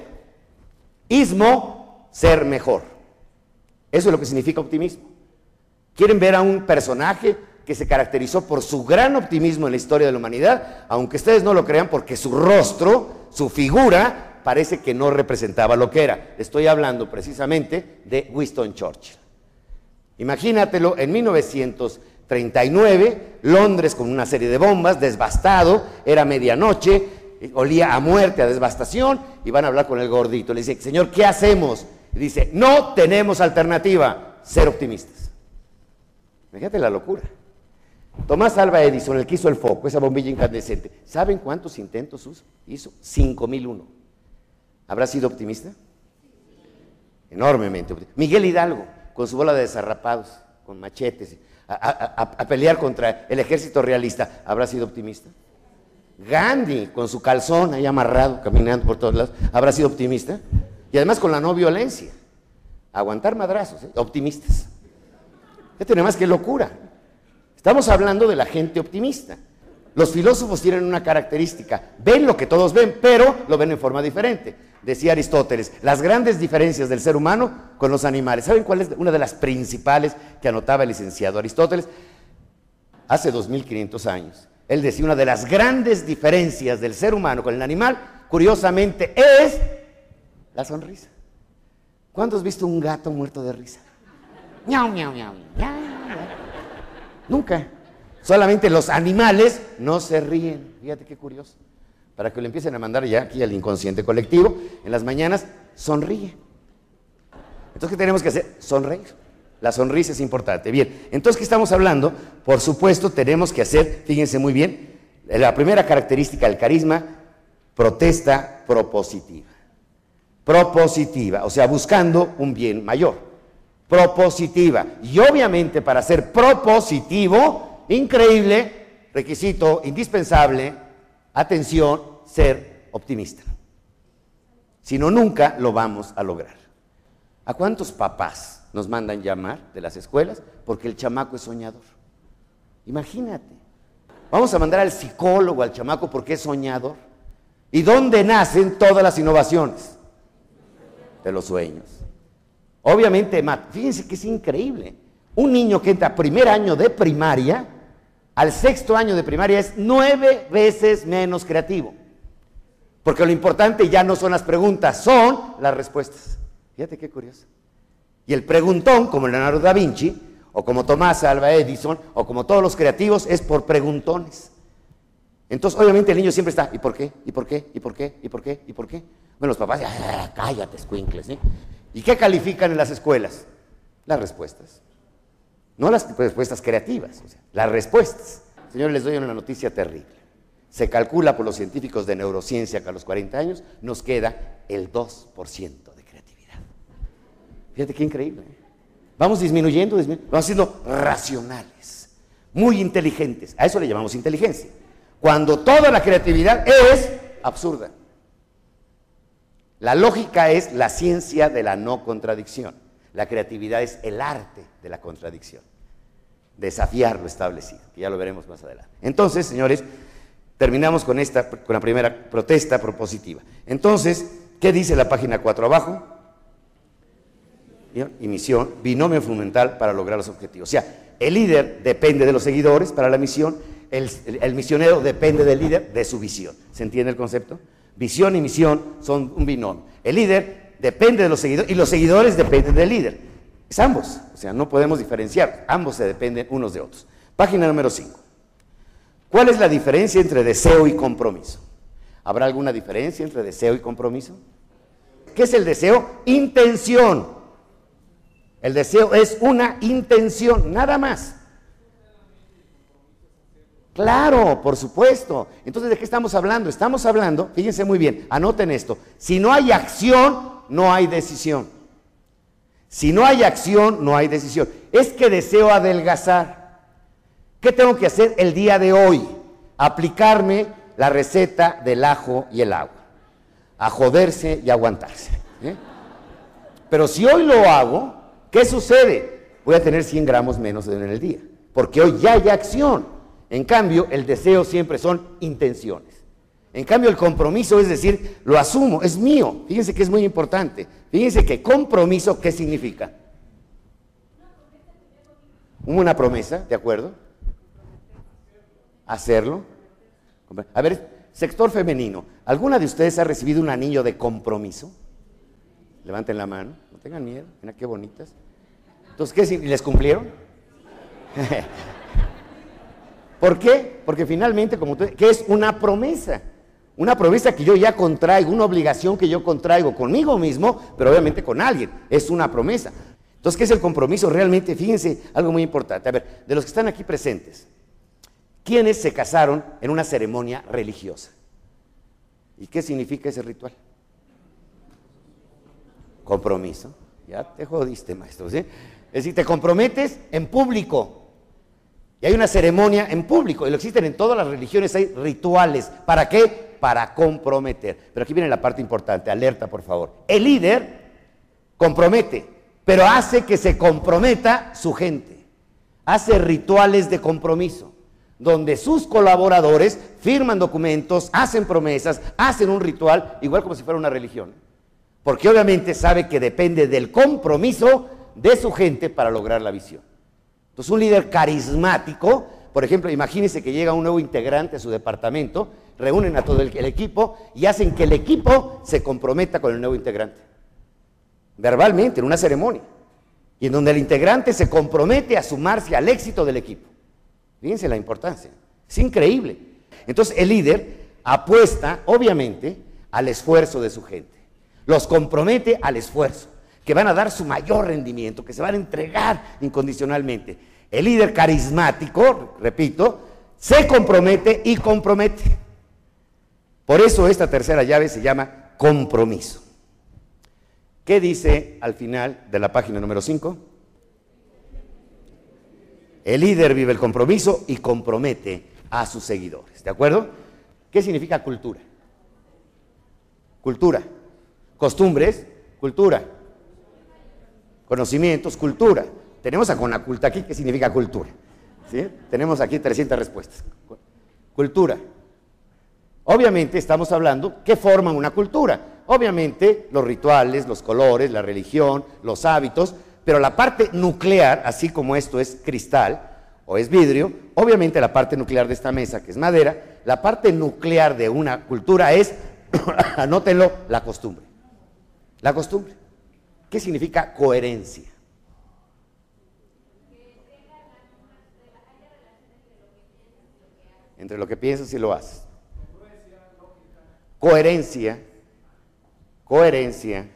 Ismo, ser mejor. Eso es lo que significa optimismo. ¿Quieren ver a un personaje que se caracterizó por su gran optimismo en la historia de la humanidad? Aunque ustedes no lo crean, porque su rostro, su figura, parece que no representaba lo que era. Estoy hablando precisamente de Winston Churchill. Imagínatelo, en 1939, Londres con una serie de bombas, devastado, era medianoche, olía a muerte, a devastación, y van a hablar con el gordito. Le dice, señor, ¿qué hacemos? Y dice, no tenemos alternativa, ser optimistas. Fíjate la locura. Tomás Alva Edison, el que hizo el foco, esa bombilla incandescente, ¿saben cuántos intentos hizo? 5,001. ¿Habrá sido optimista? Enormemente optimista. Miguel Hidalgo, con su bola de desarrapados, con machetes, a pelear contra el ejército realista, ¿habrá sido optimista? Gandhi, con su calzón ahí amarrado, caminando por todos lados, ¿habrá sido optimista? Y además con la no violencia, aguantar madrazos, optimistas. Fíjate nada más qué locura. Estamos hablando de la gente optimista. Los filósofos tienen una característica, ven lo que todos ven, pero lo ven en forma diferente. Decía Aristóteles, las grandes diferencias del ser humano con los animales. ¿Saben cuál es una de las principales que anotaba el licenciado Aristóteles? Hace 2500 años. Él decía, una de las grandes diferencias del ser humano con el animal, curiosamente, es la sonrisa. ¿Cuándo has visto un gato muerto de risa? Miau, miau, miau, miau. Nunca. Solamente los animales no se ríen. Fíjate qué curioso. Para que lo empiecen a mandar ya aquí al inconsciente colectivo, en las mañanas, sonríe. Entonces, ¿qué tenemos que hacer? Sonreír. La sonrisa es importante. Bien, entonces, ¿qué estamos hablando? Por supuesto, tenemos que hacer, fíjense muy bien, la primera característica del carisma, protesta propositiva. Propositiva, o sea, buscando un bien mayor. Propositiva. Y obviamente, para ser propositivo, increíble, requisito indispensable, atención, ser optimista. Si no, nunca lo vamos a lograr. ¿A cuántos papás nos mandan llamar de las escuelas? Porque el chamaco es soñador. Imagínate. Vamos a mandar al psicólogo al chamaco porque es soñador. ¿Y dónde nacen todas las innovaciones? De los sueños. Obviamente, fíjense que es increíble. Un niño que entra a primer año de primaria, al sexto año de primaria es 9 veces menos creativo. Porque lo importante ya no son las preguntas, son las respuestas. Fíjate qué curioso. Y el preguntón, como Leonardo da Vinci, o como Tomás Alva Edison, o como todos los creativos, es por preguntones. Entonces, obviamente el niño siempre está, ¿y por qué? ¿Y por qué? ¿Y por qué? ¿Y por qué? ¿Y por qué? Bueno, los papás, cállate, escuincles, ¿sí? ¿Y qué califican en las escuelas? Las respuestas. No las respuestas creativas, o sea, las respuestas. Señores, les doy una noticia terrible. Se calcula por los científicos de neurociencia que a los 40 años nos queda el 2% de creatividad. Fíjate qué increíble, ¿eh? Vamos disminuyendo, vamos siendo racionales, muy inteligentes. A eso le llamamos inteligencia. Cuando toda la creatividad es absurda. La lógica es la ciencia de la no contradicción. La creatividad es el arte de la contradicción. Desafiar lo establecido, que ya lo veremos más adelante. Entonces, señores, terminamos con la primera protesta propositiva. Entonces, ¿qué dice la página 4 abajo? Y misión, binomio fundamental para lograr los objetivos. O sea, el líder depende de los seguidores para la misión, el misionero depende del líder de su visión. ¿Se entiende el concepto? Visión y misión son un binomio. El líder depende de los seguidores y los seguidores dependen del líder. Es ambos, o sea, no podemos diferenciar, ambos se dependen unos de otros. Página número 5. ¿Cuál es la diferencia entre deseo y compromiso? ¿Habrá alguna diferencia entre deseo y compromiso? ¿Qué es el deseo? Intención. El deseo es una intención, nada más. Claro, por supuesto. Entonces, ¿de qué estamos hablando? Estamos hablando, fíjense muy bien, anoten esto, si no hay acción, no hay decisión. Si no hay acción, no hay decisión. Es que deseo adelgazar. ¿Qué tengo que hacer el día de hoy? Aplicarme la receta del ajo y el agua. A joderse y aguantarse. Pero si hoy lo hago, ¿qué sucede? Voy a tener 100 gramos menos en el día. porque hoy ya hay acción. En cambio, el deseo siempre son intenciones. En cambio, el compromiso es decir, lo asumo, es mío. Fíjense que es muy importante. Fíjense que compromiso, ¿qué significa? Una promesa, ¿de acuerdo? Hacerlo. A ver, sector femenino, ¿alguna de ustedes ha recibido un anillo de compromiso? Levanten la mano, no tengan miedo, mira qué bonitas. Entonces, ¿qué? ¿Les cumplieron? ¿Por qué? Porque finalmente, ¿qué es una promesa? Una promesa que yo ya contraigo, una obligación que yo contraigo conmigo mismo, pero obviamente con alguien, es una promesa. Entonces, ¿qué es el compromiso? Realmente, fíjense, algo muy importante. A ver, de los que están aquí presentes, ¿quiénes se casaron en una ceremonia religiosa? ¿Y qué significa ese ritual? Compromiso. Ya te jodiste, maestro, ¿sí? Es decir, te comprometes en público. Y hay una ceremonia en público, y lo existen en todas las religiones, hay rituales. ¿Para qué? Para comprometer. Pero aquí viene la parte importante, alerta por favor. El líder compromete, pero hace que se comprometa su gente. Hace rituales de compromiso, donde sus colaboradores firman documentos, hacen promesas, hacen un ritual, igual como si fuera una religión. Porque obviamente sabe que depende del compromiso de su gente para lograr la visión. Entonces, un líder carismático, por ejemplo, imagínense que llega un nuevo integrante a su departamento, reúnen a todo el equipo y hacen que el equipo se comprometa con el nuevo integrante. Verbalmente, en una ceremonia. Y en donde el integrante se compromete a sumarse al éxito del equipo. Fíjense la importancia. Es increíble. Entonces, el líder apuesta, obviamente, al esfuerzo de su gente. Los compromete al esfuerzo, que van a dar su mayor rendimiento, que se van a entregar incondicionalmente. El líder carismático, repito, se compromete y compromete. Por eso esta tercera llave se llama compromiso. ¿Qué dice al final de la página número 5? El líder vive el compromiso y compromete a sus seguidores. ¿De acuerdo? ¿Qué significa cultura? Cultura. Costumbres, cultura. Conocimientos, cultura. Tenemos a Conaculta aquí, ¿qué significa cultura? ¿Sí? Tenemos aquí 300 respuestas. Cultura. Obviamente estamos hablando ¿qué forman una cultura? Obviamente los rituales, los colores, la religión, los hábitos, pero la parte nuclear, así como esto es cristal o es vidrio, obviamente la parte nuclear de esta mesa, que es madera, la parte nuclear de una cultura es, anótenlo, la costumbre. La costumbre. ¿Qué significa coherencia? Entre lo que piensas y lo haces. Coherencia. Coherencia.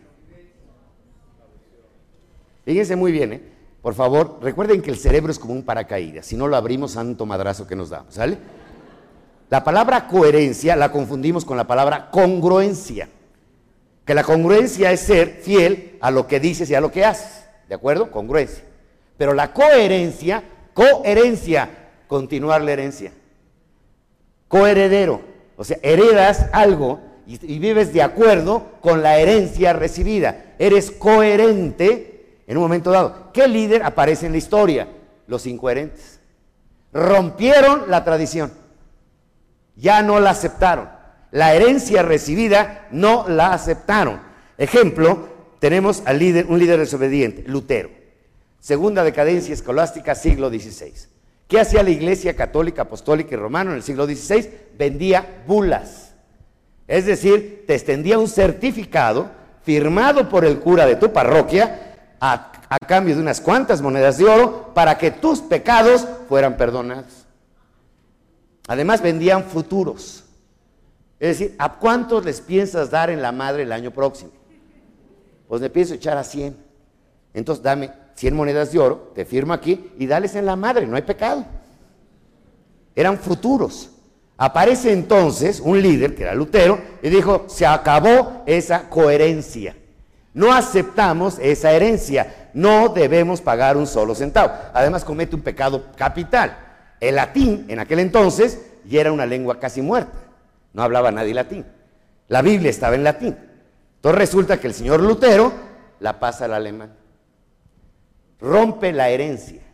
Fíjense muy bien, ¿eh? Por favor, recuerden que el cerebro es como un paracaídas. Si no lo abrimos, santo madrazo que nos damos, ¿sale? La palabra coherencia la confundimos con la palabra congruencia. Que la congruencia es ser fiel a lo que dices y a lo que haces, ¿de acuerdo? Congruencia. Pero la coherencia, continuar la herencia. Coheredero, o sea, heredas algo y vives de acuerdo con la herencia recibida. Eres coherente en un momento dado. ¿Qué líder aparece en la historia? Los incoherentes. Rompieron la tradición, ya no la aceptaron. La herencia recibida no la aceptaron. Ejemplo, tenemos al líder, un líder desobediente, Lutero. Segunda decadencia escolástica, siglo XVI. ¿Qué hacía la Iglesia Católica, Apostólica y Romana en el siglo XVI? Vendía bulas. Es decir, te extendía un certificado firmado por el cura de tu parroquia a cambio de unas cuantas monedas de oro para que tus pecados fueran perdonados. Además vendían futuros. Es decir, ¿a cuántos les piensas dar en la madre el año próximo? Pues le pienso echar a 100. Entonces dame 100 monedas de oro, te firmo aquí y dales en la madre, no hay pecado. Eran futuros. Aparece entonces un líder, que era Lutero, y dijo, se acabó esa coherencia. No aceptamos esa herencia, no debemos pagar un solo centavo. Además comete un pecado capital. El latín en aquel entonces ya era una lengua casi muerta. No hablaba nadie latín. La Biblia estaba en latín. Entonces resulta que el señor Lutero la pasa al alemán. Rompe la herencia.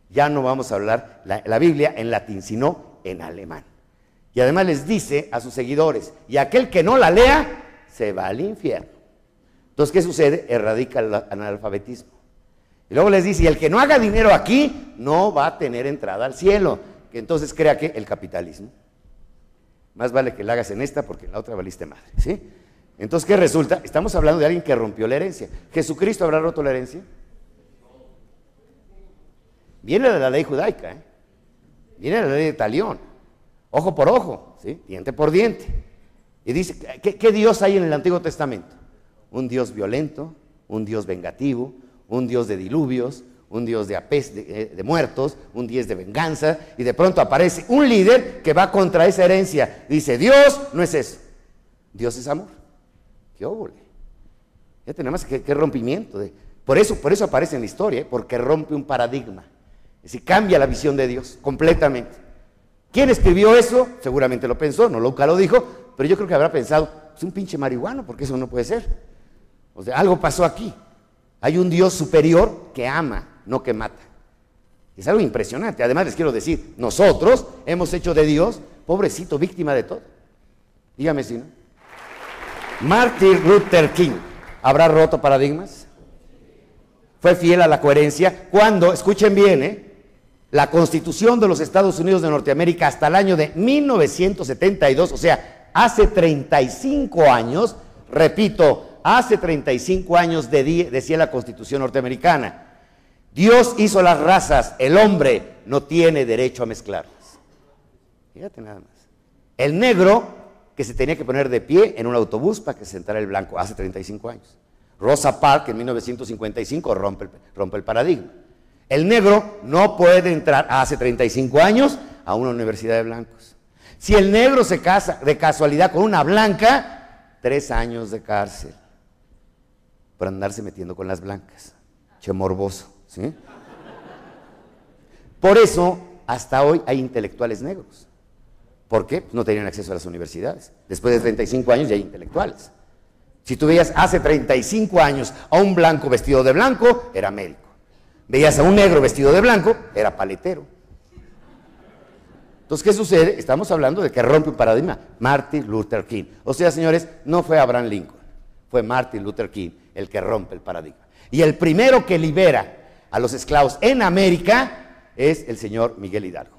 Ya no vamos a hablar la Biblia en latín, sino en alemán. Y además les dice a sus seguidores, y aquel que no la lea, se va al infierno. Entonces, ¿qué sucede? Erradica el analfabetismo. Y luego les dice, y el que no haga dinero aquí, no va a tener entrada al cielo. Que entonces crea que el capitalismo. Más vale que la hagas en esta porque en la otra valiste madre, ¿sí? Entonces, ¿qué resulta? Estamos hablando de alguien que rompió la herencia. ¿Jesucristo habrá roto la herencia? Viene de la ley judaica, ¿eh? Viene de la ley de talión. Ojo por ojo, ¿sí? Diente por diente. Y dice, ¿qué Dios hay en el Antiguo Testamento? Un Dios violento, un Dios vengativo, un Dios de diluvios, un Dios de muertos, un Dios de venganza, y de pronto aparece un líder que va contra esa herencia. Dice, Dios no es eso, Dios es amor. ¡Qué óvole! Ya tenemos que rompimiento. Por eso aparece en la historia, porque rompe un paradigma. Es decir, cambia la visión de Dios completamente. ¿Quién escribió eso? Seguramente lo pensó, nunca lo dijo, pero yo creo que habrá pensado, es un pinche marihuano, porque eso no puede ser. O sea, algo pasó aquí. Hay un Dios superior que ama, no que mata. Es algo impresionante. Además les quiero decir, nosotros hemos hecho de Dios, pobrecito, víctima de todo. Dígame si no. Martin Luther King, ¿habrá roto paradigmas? Fue fiel a la coherencia cuando, escuchen bien, la Constitución de los Estados Unidos de Norteamérica hasta el año de 1972, o sea, hace 35 años, repito, hace 35 años decía la Constitución norteamericana, Dios hizo las razas, el hombre no tiene derecho a mezclarlas. Fíjate nada más. El negro que se tenía que poner de pie en un autobús para que se sentara el blanco, hace 35 años. Rosa Parks en 1955 rompe el paradigma. El negro no puede entrar, hace 35 años, a una universidad de blancos. Si el negro se casa de casualidad con una blanca, 3 años de cárcel por andarse metiendo con las blancas. Che morboso, ¿sí? Por eso, hasta hoy hay intelectuales negros. ¿Por qué? Pues no tenían acceso a las universidades. Después de 35 años ya hay intelectuales. Si tú veías hace 35 años a un blanco vestido de blanco, era médico. Veías a un negro vestido de blanco, era paletero. Entonces, ¿qué sucede? Estamos hablando de que rompe un paradigma. Martin Luther King. O sea, señores, no fue Abraham Lincoln, fue Martin Luther King el que rompe el paradigma. Y el primero que libera a los esclavos en América es el señor Miguel Hidalgo.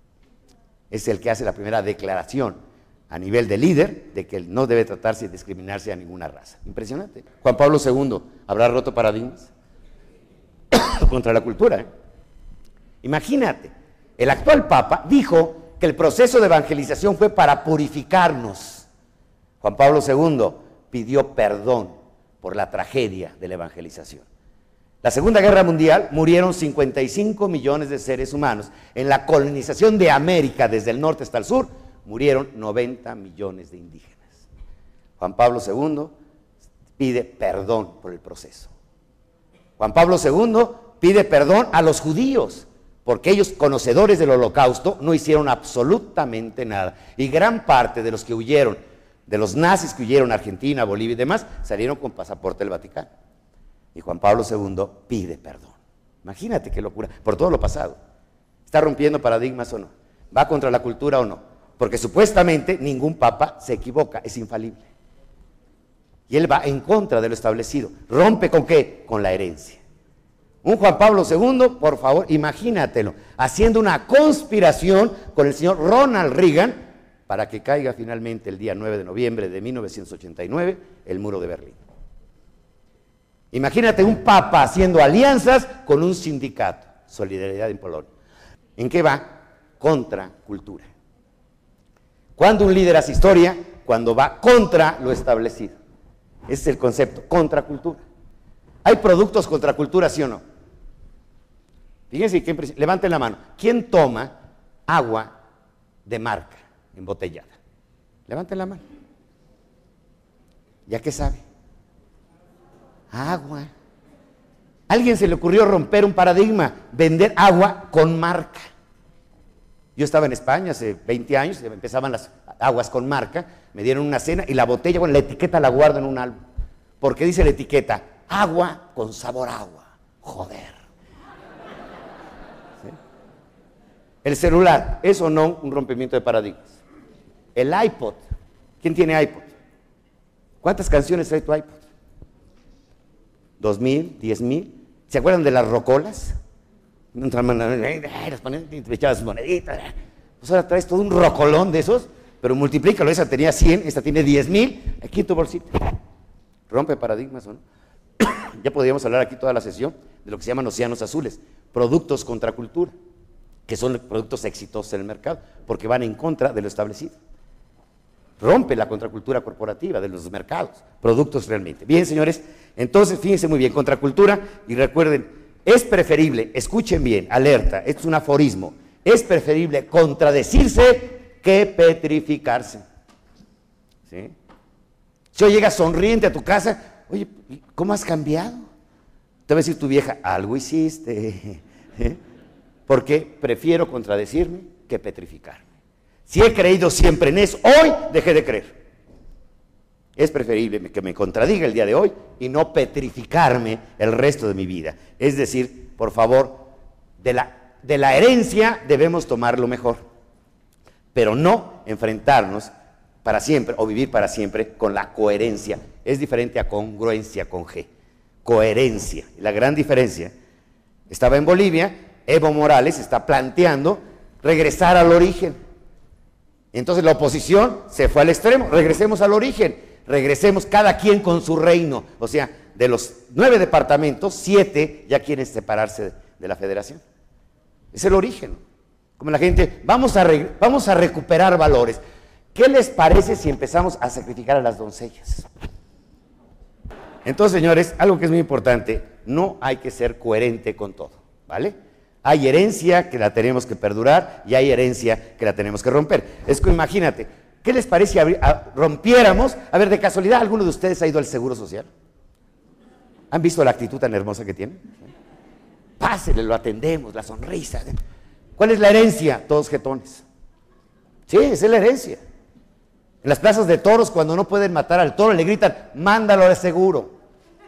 Es el que hace la primera declaración a nivel de líder de que no debe tratarse de discriminarse a ninguna raza. Impresionante. Juan Pablo II, ¿habrá roto paradigmas? Contra la cultura, ¿eh? Imagínate, el actual Papa dijo que el proceso de evangelización fue para purificarnos. Juan Pablo II pidió perdón por la tragedia de la evangelización. La Segunda Guerra Mundial murieron 55 millones de seres humanos. En la colonización de América, desde el norte hasta el sur, murieron 90 millones de indígenas. Juan Pablo II pide perdón por el proceso. Juan Pablo II pide perdón a los judíos, porque ellos, conocedores del Holocausto, no hicieron absolutamente nada. Y gran parte de los que huyeron, de los nazis que huyeron a Argentina, Bolivia y demás, salieron con pasaporte del Vaticano. Y Juan Pablo II pide perdón. Imagínate qué locura, por todo lo pasado. ¿Está rompiendo paradigmas o no? ¿Va contra la cultura o no? Porque supuestamente ningún papa se equivoca, es infalible. Y él va en contra de lo establecido. ¿Rompe con qué? Con la herencia. Un Juan Pablo II, por favor, imagínatelo, haciendo una conspiración con el señor Ronald Reagan para que caiga finalmente el día 9 de noviembre de 1989 el muro de Berlín. Imagínate un papa haciendo alianzas con un sindicato, Solidaridad en Polonia. ¿En qué va? Contra cultura. ¿Cuándo un líder hace historia? Cuando va contra lo establecido. Ese es el concepto, contracultura. ¿Hay productos contra cultura, sí o no? Fíjense, levanten la mano. ¿Quién toma agua de marca embotellada? Levanten la mano. ¿Ya qué sabe? Agua. ¿A alguien se le ocurrió romper un paradigma? Vender agua con marca. Yo estaba en España hace 20 años, empezaban las aguas con marca, me dieron una cena y la botella, bueno, la etiqueta la guardo en un álbum. Porque dice la etiqueta, agua con sabor a agua. Joder. ¿Sí? El celular, ¿es o no un rompimiento de paradigmas? El iPod, ¿quién tiene iPod? ¿Cuántas canciones trae tu iPod? ¿2,000? ¿10,000? ¿Se acuerdan de las rocolas? Las ponían, te echabas moneditas. Pues ahora traes todo un rocolón de esos, pero multiplícalo, esa tenía 100, esta tiene 10,000, aquí en tu bolsita. Rompe paradigmas, ¿o no? Ya podríamos hablar aquí toda la sesión de lo que se llaman océanos azules, productos contra cultura, que son productos exitosos en el mercado, porque van en contra de lo establecido. Rompe la contracultura corporativa de los mercados, productos realmente. Bien, señores, entonces fíjense muy bien, contracultura, y recuerden, es preferible, escuchen bien, alerta, esto es un aforismo, es preferible contradecirse que petrificarse. ¿Sí? Si hoy llegas sonriente a tu casa, oye, ¿cómo has cambiado? Te va a decir tu vieja, algo hiciste. Porque prefiero contradecirme que petrificarme. Si he creído siempre en eso, hoy dejé de creer. Es preferible que me contradiga el día de hoy y no petrificarme el resto de mi vida. Es decir, por favor, de la herencia debemos tomar lo mejor, pero no enfrentarnos para siempre o vivir para siempre con la coherencia. Es diferente a congruencia con G. Coherencia. La gran diferencia, estaba en Bolivia, Evo Morales está planteando regresar al origen. Entonces la oposición se fue al extremo, regresemos al origen, regresemos cada quien con su reino. O sea, de los 9 departamentos, 7 ya quieren separarse de la federación. Es el origen. Como la gente, vamos a recuperar valores. ¿Qué les parece si empezamos a sacrificar a las doncellas? Entonces, señores, algo que es muy importante, no hay que ser coherente con todo, ¿vale? Hay herencia que la tenemos que perdurar y hay herencia que la tenemos que romper. Es que imagínate, ¿qué les parece si rompiéramos? A ver, de casualidad, ¿alguno de ustedes ha ido al Seguro Social? ¿Han visto la actitud tan hermosa que tienen? Pásele, lo atendemos, la sonrisa. ¿Cuál es la herencia? Todos jetones. Sí, esa es la herencia. En las plazas de toros, cuando no pueden matar al toro, le gritan, mándalo al seguro.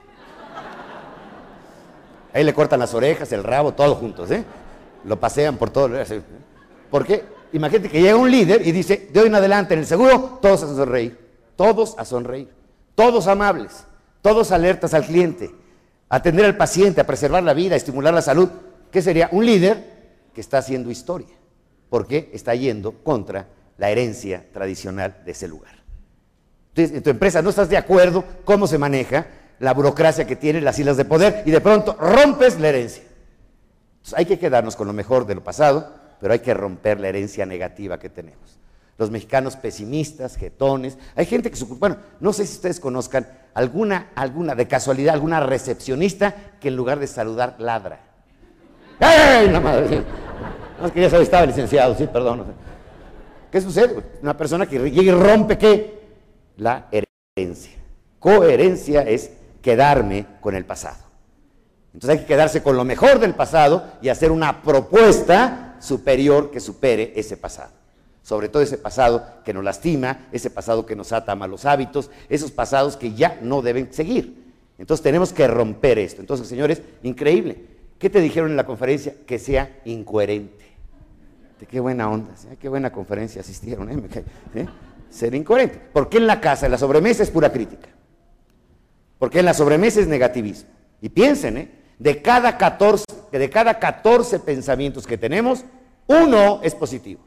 Ahí le cortan las orejas, el rabo, todos juntos, ¿eh? Lo pasean por todo. ¿Por qué? Imagínate que llega un líder y dice, de hoy en adelante en el seguro, todos a sonreír. Todos a sonreír. Todos amables. Todos alertas al cliente. A atender al paciente, a preservar la vida, a estimular la salud. ¿Qué sería? Un líder que está haciendo historia. Porque está yendo contra la herencia tradicional de ese lugar. Entonces, en tu empresa no estás de acuerdo cómo se maneja la burocracia que tiene, las islas de poder, y de pronto rompes la herencia. Entonces, hay que quedarnos con lo mejor de lo pasado, pero hay que romper la herencia negativa que tenemos. Los mexicanos pesimistas, jetones, hay gente que, bueno, no sé si ustedes conozcan alguna de casualidad, alguna recepcionista que en lugar de saludar, ladra. ¡Ay, la madre! No, es que ya sabes, estaba licenciado, sí, perdón. ¿Qué sucede? Una persona que llega y rompe, ¿qué? La herencia. Coherencia es quedarme con el pasado. Entonces hay que quedarse con lo mejor del pasado y hacer una propuesta superior que supere ese pasado. Sobre todo ese pasado que nos lastima, ese pasado que nos ata a malos hábitos, esos pasados que ya no deben seguir. Entonces tenemos que romper esto. Entonces, señores, increíble. ¿Qué te dijeron en la conferencia? Que sea incoherente. Qué buena onda, ¿sí? Qué buena conferencia asistieron, ¿eh? Ser incoherente. ¿Por qué en la casa, en la sobremesa es pura crítica? Porque en la sobremesa es negativismo. Y piensen, de cada 14 pensamientos que tenemos, uno es positivo.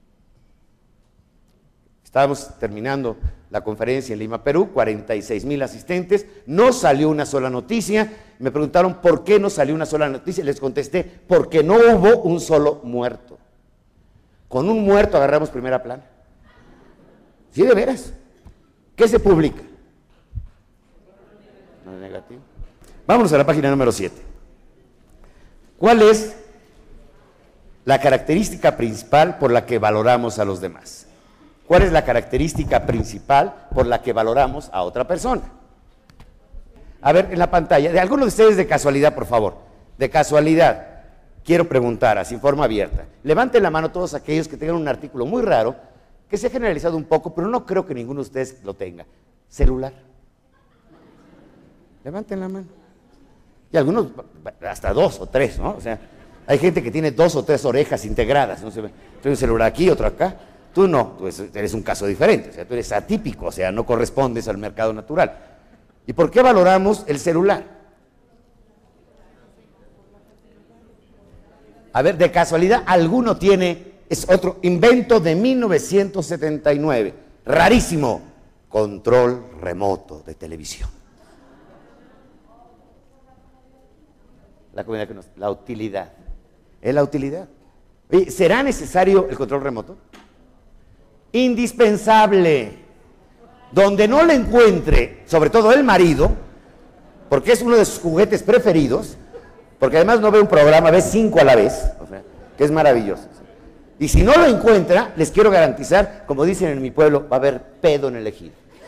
Estábamos terminando la conferencia en Lima, Perú, 46,000 asistentes, no salió una sola noticia. Me preguntaron por qué no salió una sola noticia, les contesté, porque no hubo un solo muerto. Con un muerto agarramos primera plana. Sí, de veras. ¿Qué se publica? No es negativo. Vámonos a la página número 7. ¿Cuál es la característica principal por la que valoramos a los demás? ¿Cuál es la característica principal por la que valoramos a otra persona? A ver, en la pantalla, de alguno de ustedes de casualidad, por favor, de casualidad, quiero preguntar, así en forma abierta, levanten la mano todos aquellos que tengan un artículo muy raro, que se ha generalizado un poco, pero no creo que ninguno de ustedes lo tenga. Celular. Levanten la mano. Y algunos, hasta 2 o 3, ¿no? O sea, Hay gente que tiene 2 o 3 orejas integradas, ¿no? Tiene un celular aquí, otro acá. Tú no, tú eres un caso diferente, o sea, tú eres atípico, o sea, no correspondes al mercado natural. ¿Y por qué valoramos el celular? A ver, de casualidad, alguno tiene, es otro invento de 1979, rarísimo, control remoto de televisión. La utilidad. Es la utilidad. Oye, ¿será necesario el control remoto? Indispensable. Donde no le encuentre, sobre todo el marido, porque es uno de sus juguetes preferidos, porque además no ve un programa, ve 5 a la vez, o sea, que es maravilloso. Y si no lo encuentra, les quiero garantizar, como dicen en mi pueblo, va a haber pedo en el ejido.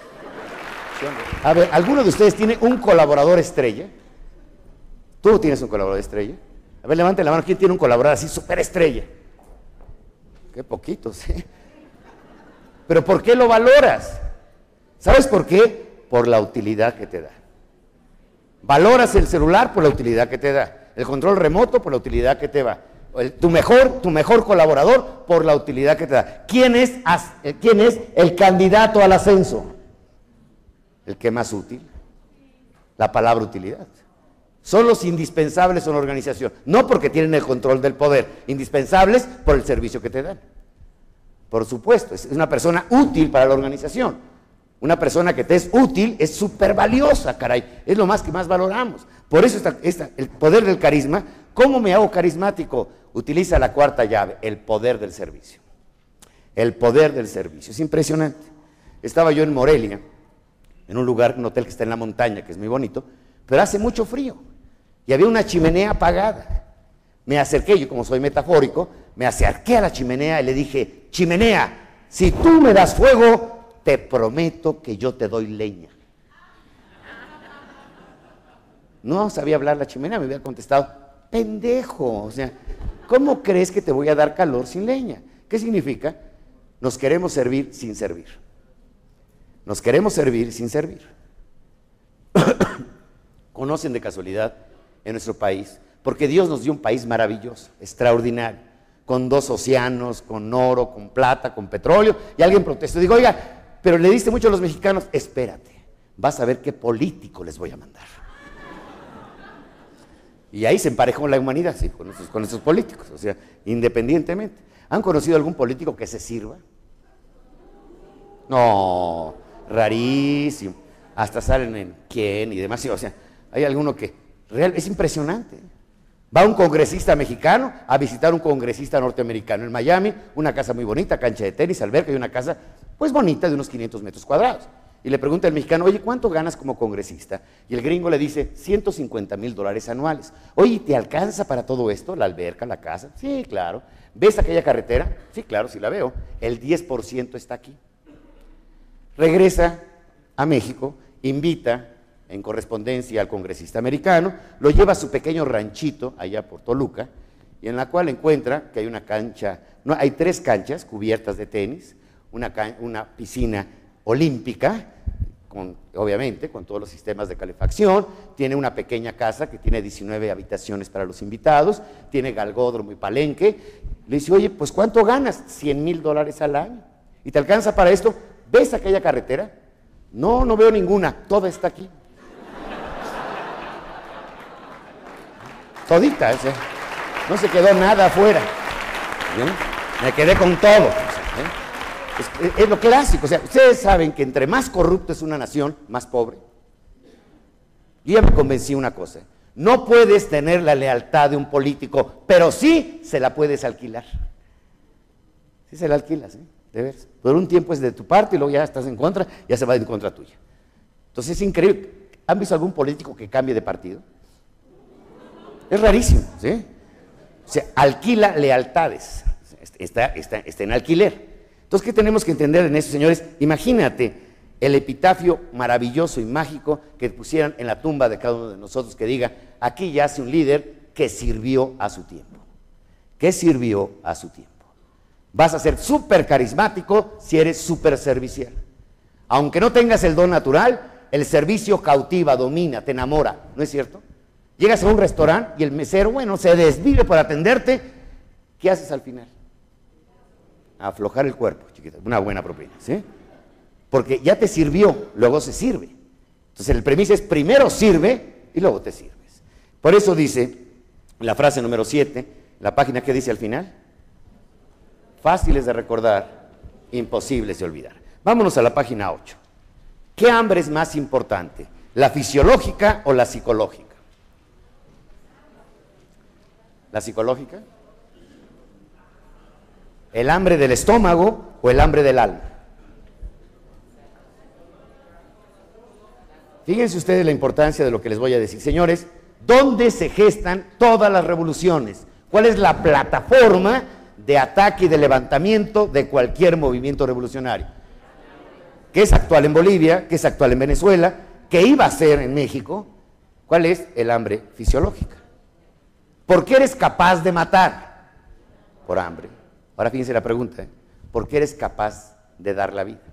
A ver, ¿alguno de ustedes tiene un colaborador estrella? ¿Tú tienes un colaborador estrella? A ver, levanten la mano, ¿quién tiene un colaborador así súper estrella? Qué poquitos, ¿eh? ¿Pero por qué lo valoras? ¿Sabes por qué? Por la utilidad que te da. Valoras el celular por la utilidad que te da, el control remoto por la utilidad que te da, tu mejor colaborador por la utilidad que te da. ¿Quién es el candidato al ascenso? El que más útil. La palabra utilidad. Son los indispensables en una organización, no porque tienen el control del poder, indispensables por el servicio que te dan. Por supuesto, es una persona útil para la organización. Una persona que te es útil es súper valiosa, caray. Es lo más que más valoramos. Por eso el poder del carisma. ¿Cómo me hago carismático? Utiliza la 4ª llave, el poder del servicio. El poder del servicio. Es impresionante. Estaba yo en Morelia, en un lugar, un hotel que está en la montaña, que es muy bonito, pero hace mucho frío. Y había una chimenea apagada. Me acerqué, yo como soy metafórico, me acerqué a la chimenea y le dije, chimenea, si tú me das fuego, te prometo que yo te doy leña. No sabía hablar la chimenea, me había contestado, pendejo, o sea, ¿cómo crees que te voy a dar calor sin leña? ¿Qué significa? Nos queremos servir sin servir. Nos queremos servir sin servir. ¿Conocen de casualidad en nuestro país? Porque Dios nos dio un país maravilloso, extraordinario, con 2 océanos, con oro, con plata, con petróleo, y alguien protestó, digo, oiga, pero le diste mucho a los mexicanos, espérate, vas a ver qué político les voy a mandar. Y ahí se emparejó la humanidad, sí, con esos políticos, o sea, independientemente. ¿Han conocido algún político que se sirva? No, rarísimo. Hasta salen en quién y demás, o sea, hay alguno que, es impresionante. Va un congresista mexicano a visitar un congresista norteamericano en Miami, una casa muy bonita, cancha de tenis, alberca y una casa pues bonita de unos 500 metros cuadrados. Y le pregunta al mexicano, oye, ¿cuánto ganas como congresista? Y el gringo le dice, $150,000 anuales. Oye, ¿te alcanza para todo esto? ¿La alberca, la casa? Sí, claro. ¿Ves aquella carretera? Sí, claro, sí la veo. El 10% está aquí. Regresa a México, invita en correspondencia al congresista americano, lo lleva a su pequeño ranchito allá por Toluca, y en la cual encuentra que hay una cancha, no, hay 3 canchas cubiertas de tenis, una piscina olímpica, obviamente con todos los sistemas de calefacción, tiene una pequeña casa que tiene 19 habitaciones para los invitados, tiene galgódromo y palenque. Le dice, oye, pues ¿cuánto ganas? $100,000 al año. ¿Y te alcanza para esto? ¿Ves aquella carretera? No, no veo ninguna, toda está aquí. Todita, o sea, no se quedó nada afuera. ¿Bien? Me quedé con todo. Es lo clásico, o sea, ustedes saben que entre más corrupto es una nación, más pobre. Yo ya me convencí una cosa, no puedes tener la lealtad de un político, pero sí se la puedes alquilar. Sí se la alquilas, de veras. Por un tiempo es de tu parte y luego ya estás en contra, ya se va en contra tuya. Entonces es increíble. ¿Han visto algún político que cambie de partido? Es rarísimo, ¿sí? O sea, alquila lealtades, está en alquiler. Entonces, ¿qué tenemos que entender en eso, señores? Imagínate el epitafio maravilloso y mágico que pusieran en la tumba de cada uno de nosotros, que diga, aquí yace un líder que sirvió a su tiempo. ¿Qué sirvió a su tiempo? Vas a ser súper carismático si eres súper servicial. Aunque no tengas el don natural, el servicio cautiva, domina, te enamora, ¿no es cierto? Llegas a un restaurante y el mesero, bueno, se desvive por atenderte. ¿Qué haces al final? Aflojar el cuerpo, chiquita, una buena propina, ¿sí? Porque ya te sirvió, luego se sirve. Entonces el premisa es primero sirve y luego te sirves. Por eso dice la frase número 7, la página que dice al final, fáciles de recordar, imposibles de olvidar. Vámonos a la página 8. ¿Qué hambre es más importante? ¿La fisiológica o la psicológica? ¿La psicológica? ¿El hambre del estómago o el hambre del alma? Fíjense ustedes la importancia de lo que les voy a decir. Señores, ¿dónde se gestan todas las revoluciones? ¿Cuál es la plataforma de ataque y de levantamiento de cualquier movimiento revolucionario? ¿Qué es actual en Bolivia? ¿Qué es actual en Venezuela? ¿Qué iba a ser en México? ¿Cuál es? El hambre fisiológica. ¿Por qué eres capaz de matar? Por hambre. Ahora fíjense la pregunta, ¿eh? ¿Por qué eres capaz de dar la vida?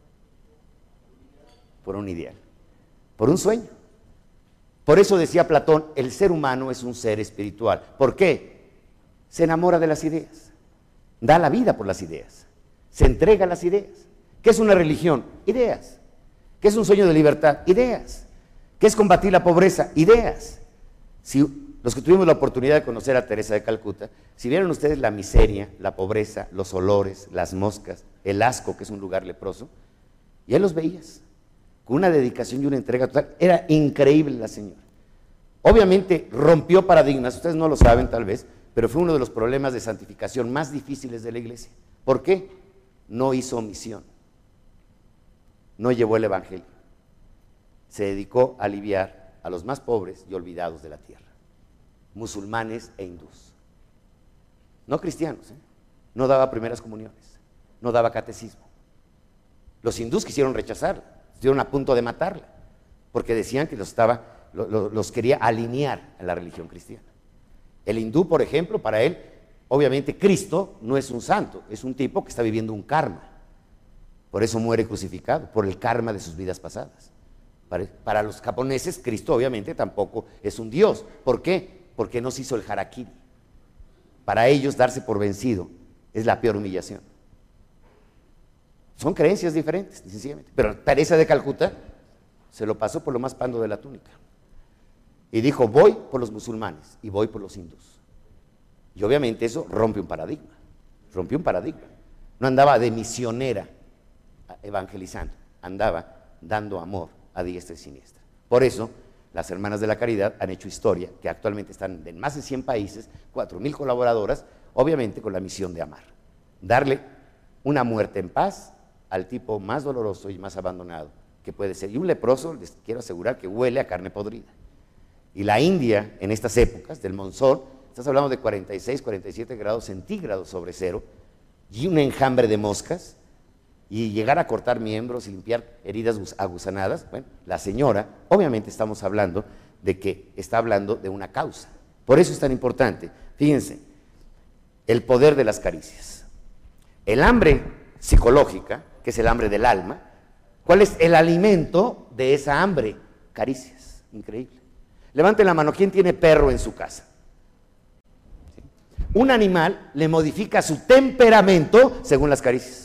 Por un ideal, por un sueño. Por eso decía Platón, el ser humano es un ser espiritual. ¿Por qué? Se enamora de las ideas, da la vida por las ideas, se entrega a las ideas. ¿Qué es una religión? Ideas. ¿Qué es un sueño de libertad? Ideas. ¿Qué es combatir la pobreza? Ideas. Si los que tuvimos la oportunidad de conocer a Teresa de Calcuta, si vieron ustedes la miseria, la pobreza, los olores, las moscas, el asco, que es un lugar leproso, ya los veías, con una dedicación y una entrega total. Era increíble la señora. Obviamente rompió paradigmas, ustedes no lo saben tal vez, pero fue uno de los problemas de santificación más difíciles de la iglesia. ¿Por qué? No hizo misión, no llevó el evangelio, se dedicó a aliviar a los más pobres y olvidados de la tierra, musulmanes e hindús, no cristianos, ¿eh? No daba primeras comuniones, no daba catecismo. Los hindús quisieron rechazarla, estuvieron a punto de matarla, porque decían que los quería alinear a la religión cristiana. El hindú, por ejemplo, para él, obviamente Cristo no es un santo, es un tipo que está viviendo un karma. Por eso muere crucificado, por el karma de sus vidas pasadas. Para los japoneses, Cristo obviamente tampoco es un dios. ¿Por qué? Porque no se hizo el harakiri. Para ellos darse por vencido es la peor humillación. Son creencias diferentes, sencillamente. Pero Teresa de Calcuta se lo pasó por lo más pando de la túnica. Y dijo, voy por los musulmanes y voy por los hindús. Y obviamente eso rompe un paradigma. Rompió un paradigma. No andaba de misionera evangelizando, andaba dando amor a diestra y siniestra. Por eso, las Hermanas de la Caridad han hecho historia, que actualmente están en más de 100 países, 4,000 colaboradoras, obviamente con la misión de amar. Darle una muerte en paz al tipo más doloroso y más abandonado que puede ser. Y un leproso, les quiero asegurar que huele a carne podrida. Y la India, en estas épocas del monzón, estás hablando de 46, 47 grados centígrados sobre cero, y un enjambre de moscas, y llegar a cortar miembros y limpiar heridas aguzanadas. Bueno, la señora, obviamente estamos hablando de que está hablando de una causa. Por eso es tan importante. Fíjense, el poder de las caricias. El hambre psicológica, que es el hambre del alma, ¿cuál es el alimento de esa hambre? Caricias. Increíble. Levanten la mano, ¿quién tiene perro en su casa? ¿Sí? Un animal le modifica su temperamento según las caricias.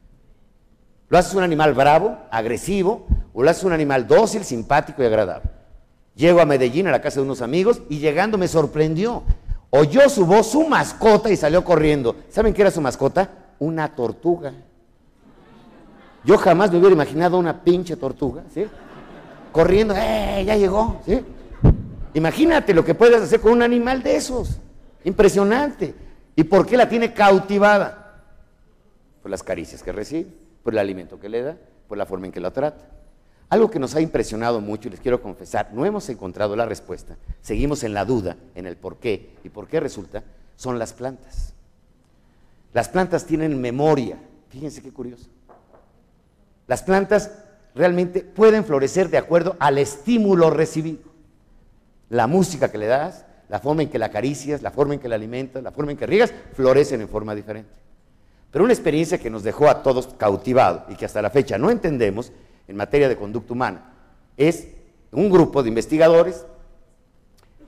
Lo haces un animal bravo, agresivo, o lo haces un animal dócil, simpático y agradable. Llego a Medellín, a la casa de unos amigos, y llegando me sorprendió. Oyó su voz, su mascota, y salió corriendo. ¿Saben qué era su mascota? Una tortuga. Yo jamás me hubiera imaginado una pinche tortuga, ¿sí? Corriendo, ya llegó, ¿sí? Imagínate lo que puedes hacer con un animal de esos. Impresionante. ¿Y por qué la tiene cautivada? Por las caricias que recibe, por el alimento que le da, por la forma en que la trata. Algo que nos ha impresionado mucho, y les quiero confesar, no hemos encontrado la respuesta, seguimos en la duda, en el por qué, y por qué resulta, son las plantas. Las plantas tienen memoria, fíjense qué curioso. Las plantas realmente pueden florecer de acuerdo al estímulo recibido. La música que le das, la forma en que la acaricias, la forma en que la alimentas, la forma en que riegas, florecen en forma diferente. Pero una experiencia que nos dejó a todos cautivados y que hasta la fecha no entendemos en materia de conducta humana es un grupo de investigadores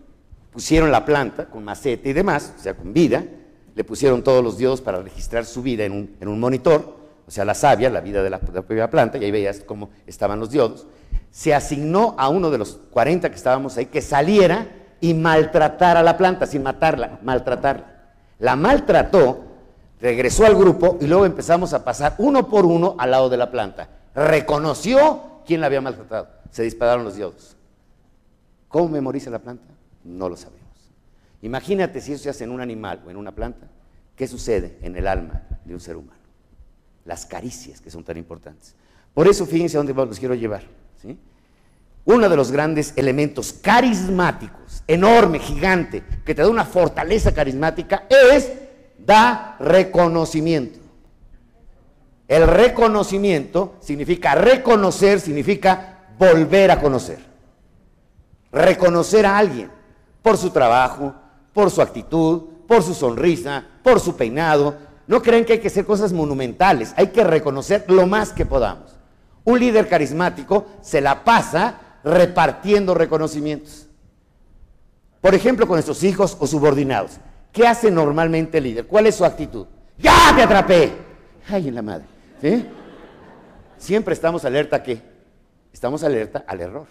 pusieron la planta con maceta y demás, o sea, con vida, le pusieron todos los diodos para registrar su vida en un monitor, o sea, la savia, la vida de la propia planta, y ahí veías cómo estaban los diodos. Se asignó a uno de los 40 que estábamos ahí que saliera y maltratara a la planta, sin matarla, maltratarla. La maltrató, regresó al grupo y luego empezamos a pasar uno por uno al lado de la planta. Reconoció quién la había maltratado. Se dispararon los diodos. ¿Cómo memoriza la planta? No lo sabemos. Imagínate si eso se hace en un animal o en una planta, ¿qué sucede en el alma de un ser humano? Las caricias que son tan importantes. Por eso fíjense a dónde los quiero llevar, ¿sí? Uno de los grandes elementos carismáticos, enorme, gigante, que te da una fortaleza carismática, da reconocimiento. El reconocimiento significa reconocer, significa volver a conocer. Reconocer a alguien por su trabajo, por su actitud, por su sonrisa, por su peinado. No crean que hay que hacer cosas monumentales, hay que reconocer lo más que podamos. Un líder carismático se la pasa repartiendo reconocimientos. Por ejemplo, con nuestros hijos o subordinados. ¿Qué hace normalmente el líder? ¿Cuál es su actitud? ¡Ya te atrapé! ¡Ay, en la madre! ¿Sí? Siempre estamos alerta ¿a qué? Estamos alerta al error.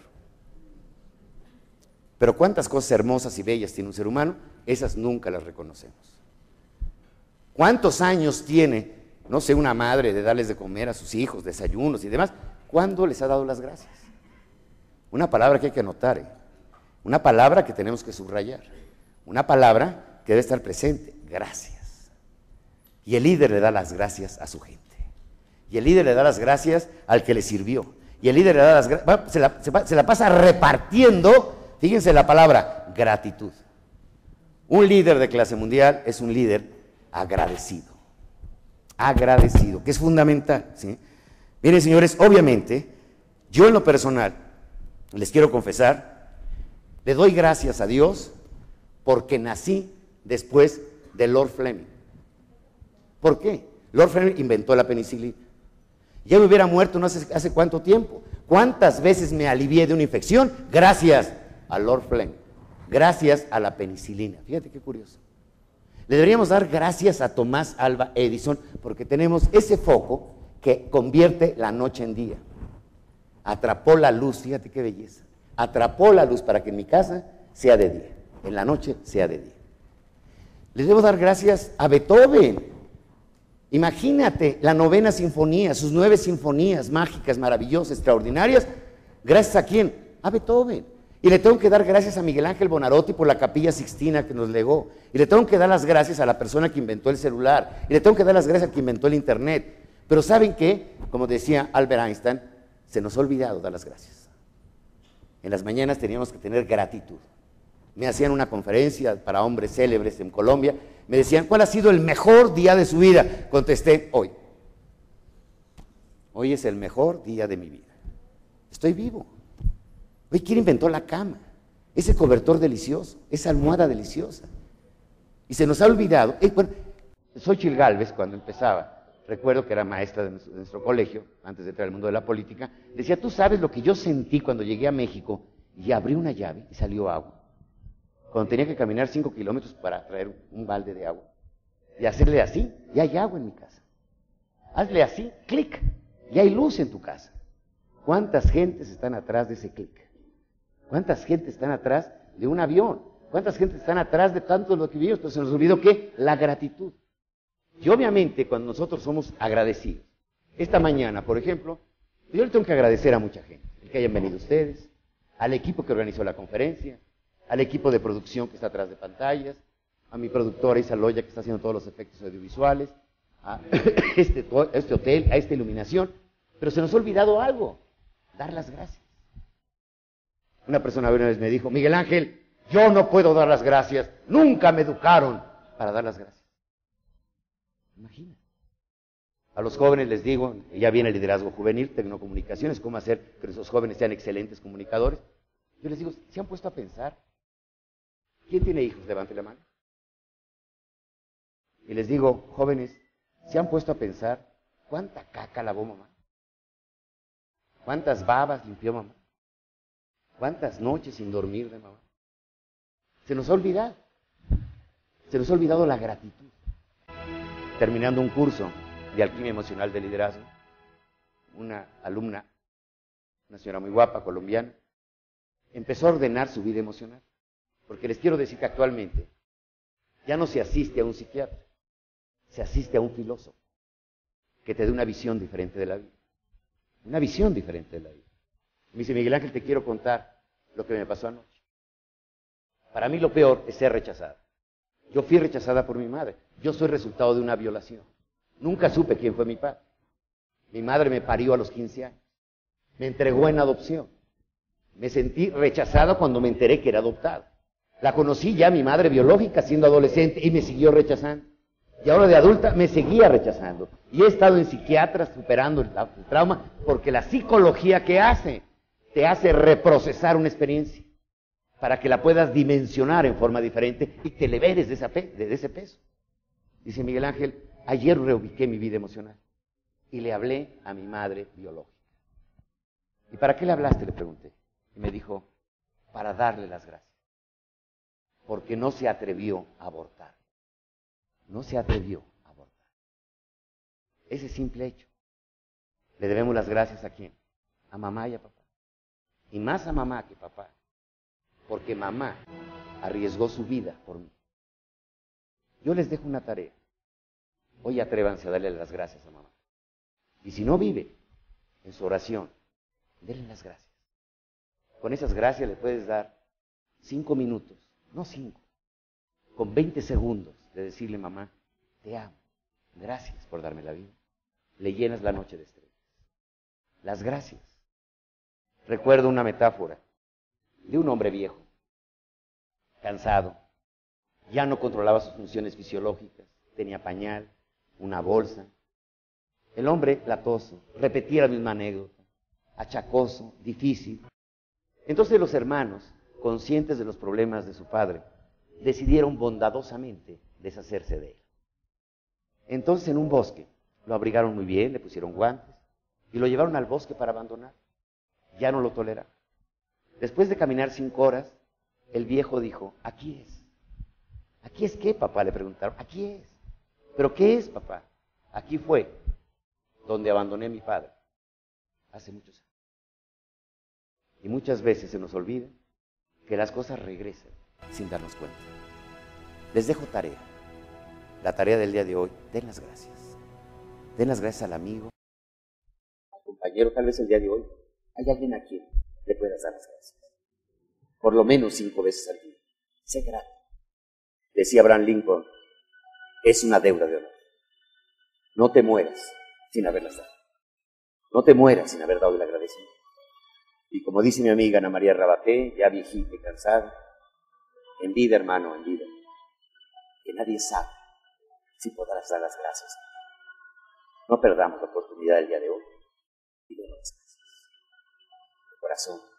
Pero cuántas cosas hermosas y bellas tiene un ser humano, esas nunca las reconocemos. ¿Cuántos años tiene, no sé, una madre de darles de comer a sus hijos, desayunos y demás? ¿Cuándo les ha dado las gracias? Una palabra que hay que anotar, una palabra que tenemos que subrayar, una palabra que debe estar presente, gracias. Y el líder le da las gracias a su gente. Y el líder le da las gracias al que le sirvió. Y el líder le da las gracias, se la pasa repartiendo, fíjense la palabra, gratitud. Un líder de clase mundial es un líder agradecido. Agradecido, que es fundamental, ¿sí? Miren, señores, obviamente, yo en lo personal, les quiero confesar, le doy gracias a Dios porque nací después de Lord Fleming. ¿Por qué? Lord Fleming inventó la penicilina. Ya me hubiera muerto no sé hace cuánto tiempo. ¿Cuántas veces me alivié de una infección? Gracias a Lord Fleming. Gracias a la penicilina. Fíjate qué curioso. Le deberíamos dar gracias a Tomás Alva Edison porque tenemos ese foco que convierte la noche en día. Atrapó la luz, fíjate qué belleza. Atrapó la luz para que en mi casa sea de día, en la noche sea de día. Les debo dar gracias a Beethoven. Imagínate la 9ª sinfonía, sus 9 sinfonías mágicas, maravillosas, extraordinarias. ¿Gracias a quién? A Beethoven. Y le tengo que dar gracias a Miguel Ángel Bonarotti por la Capilla Sixtina que nos legó. Y le tengo que dar las gracias a la persona que inventó el celular. Y le tengo que dar las gracias al que inventó el internet. Pero ¿saben qué? Como decía Albert Einstein, se nos ha olvidado dar las gracias. En las mañanas teníamos que tener gratitud. Me hacían una conferencia para hombres célebres en Colombia. Me decían, ¿cuál ha sido el mejor día de su vida? Contesté, hoy. Hoy es el mejor día de mi vida. Estoy vivo. Hoy, ¿quién inventó la cama? Ese cobertor delicioso, esa almohada deliciosa. Y se nos ha olvidado. Bueno, Xóchitl Gálvez, cuando empezaba, recuerdo que era maestra de nuestro colegio, antes de entrar al mundo de la política, decía, tú sabes lo que yo sentí cuando llegué a México y abrí una llave y salió agua. Cuando tenía que caminar 5 kilómetros para traer un balde de agua. Y hacerle así, y hay agua en mi casa. Hazle así, clic, y hay luz en tu casa. ¿Cuántas gentes están atrás de ese clic? ¿Cuántas gentes están atrás de un avión? ¿Cuántas gentes están atrás de tanto lo que vivimos? Pero se nos olvidó ¿qué? La gratitud. Y obviamente cuando nosotros somos agradecidos, esta mañana, por ejemplo, yo le tengo que agradecer a mucha gente, el que hayan venido ustedes, al equipo que organizó la conferencia, al equipo de producción que está atrás de pantallas, a mi productora Isa Loya que está haciendo todos los efectos audiovisuales, a este hotel, a esta iluminación, pero se nos ha olvidado algo, dar las gracias. Una persona una vez me dijo, Miguel Ángel, yo no puedo dar las gracias, nunca me educaron para dar las gracias. Imagina. A los jóvenes les digo, ya viene el liderazgo juvenil, tecnocomunicaciones, cómo hacer que nuestros jóvenes sean excelentes comunicadores. Yo les digo, ¿se han puesto a pensar? ¿Quién tiene hijos? Levante la mano. Y les digo, jóvenes, ¿se han puesto a pensar cuánta caca lavó mamá? ¿Cuántas babas limpió mamá? ¿Cuántas noches sin dormir de mamá? Se nos ha olvidado. Se nos ha olvidado la gratitud. Terminando un curso de alquimia emocional de liderazgo, una alumna, una señora muy guapa, colombiana, empezó a ordenar su vida emocional. Porque les quiero decir que actualmente ya no se asiste a un psiquiatra, se asiste a un filósofo que te dé una visión diferente de la vida. Una visión diferente de la vida. Me dice, Miguel Ángel, te quiero contar lo que me pasó anoche. Para mí lo peor es ser rechazada. Yo fui rechazada por mi madre. Yo soy resultado de una violación. Nunca supe quién fue mi padre. Mi madre me parió a los 15 años. Me entregó en adopción. Me sentí rechazada cuando me enteré que era adoptada. La conocí ya, mi madre biológica, siendo adolescente, y me siguió rechazando. Y ahora de adulta me seguía rechazando. Y he estado en psiquiatras superando el trauma, porque la psicología, ¿qué hace? Te hace reprocesar una experiencia para que la puedas dimensionar en forma diferente y te liberes de ese peso. Dice Miguel Ángel, ayer reubiqué mi vida emocional y le hablé a mi madre biológica. ¿Y para qué le hablaste?, le pregunté. Y me dijo, para darle las gracias. Porque no se atrevió a abortar. No se atrevió a abortar. Ese simple hecho. Le debemos las gracias ¿a quién? A mamá y a papá. Y más a mamá que papá. Porque mamá arriesgó su vida por mí. Yo les dejo una tarea. Hoy atrévanse a darle las gracias a mamá. Y si no vive en su oración, denle las gracias. Con esas gracias le puedes dar 5 minutos, no 5, con 20 segundos de decirle, mamá, te amo, gracias por darme la vida. Le llenas la noche de estrellas. Las gracias. Recuerdo una metáfora de un hombre viejo, cansado, ya no controlaba sus funciones fisiológicas, tenía pañal, una bolsa. El hombre latoso, repetía la misma anécdota, achacoso, difícil. Entonces los hermanos, conscientes de los problemas de su padre, decidieron bondadosamente deshacerse de él. Entonces en un bosque lo abrigaron muy bien, le pusieron guantes y lo llevaron al bosque para abandonar. Ya no lo toleraba. Después de caminar 5 horas, el viejo dijo, aquí es. ¿Aquí es qué, papá?, le preguntaron. Aquí es. ¿Pero qué es, papá? Aquí fue donde abandoné a mi padre hace muchos años. Y muchas veces se nos olvida que las cosas regresan sin darnos cuenta. Les dejo tarea. La tarea del día de hoy, den las gracias. Den las gracias al amigo, al compañero. Tal vez el día de hoy hay alguien a quien le puedas dar las gracias. Por lo menos 5 veces al día. Sé grato. Decía Abraham Lincoln, es una deuda de honor. No te mueras sin haberlas dado. No te mueras sin haber dado el agradecimiento. Y como dice mi amiga Ana María Rabaté, ya viejita y cansada, en vida, hermano, en vida, que nadie sabe si podrás dar las gracias. No perdamos la oportunidad del día de hoy y de las gracias. De corazón.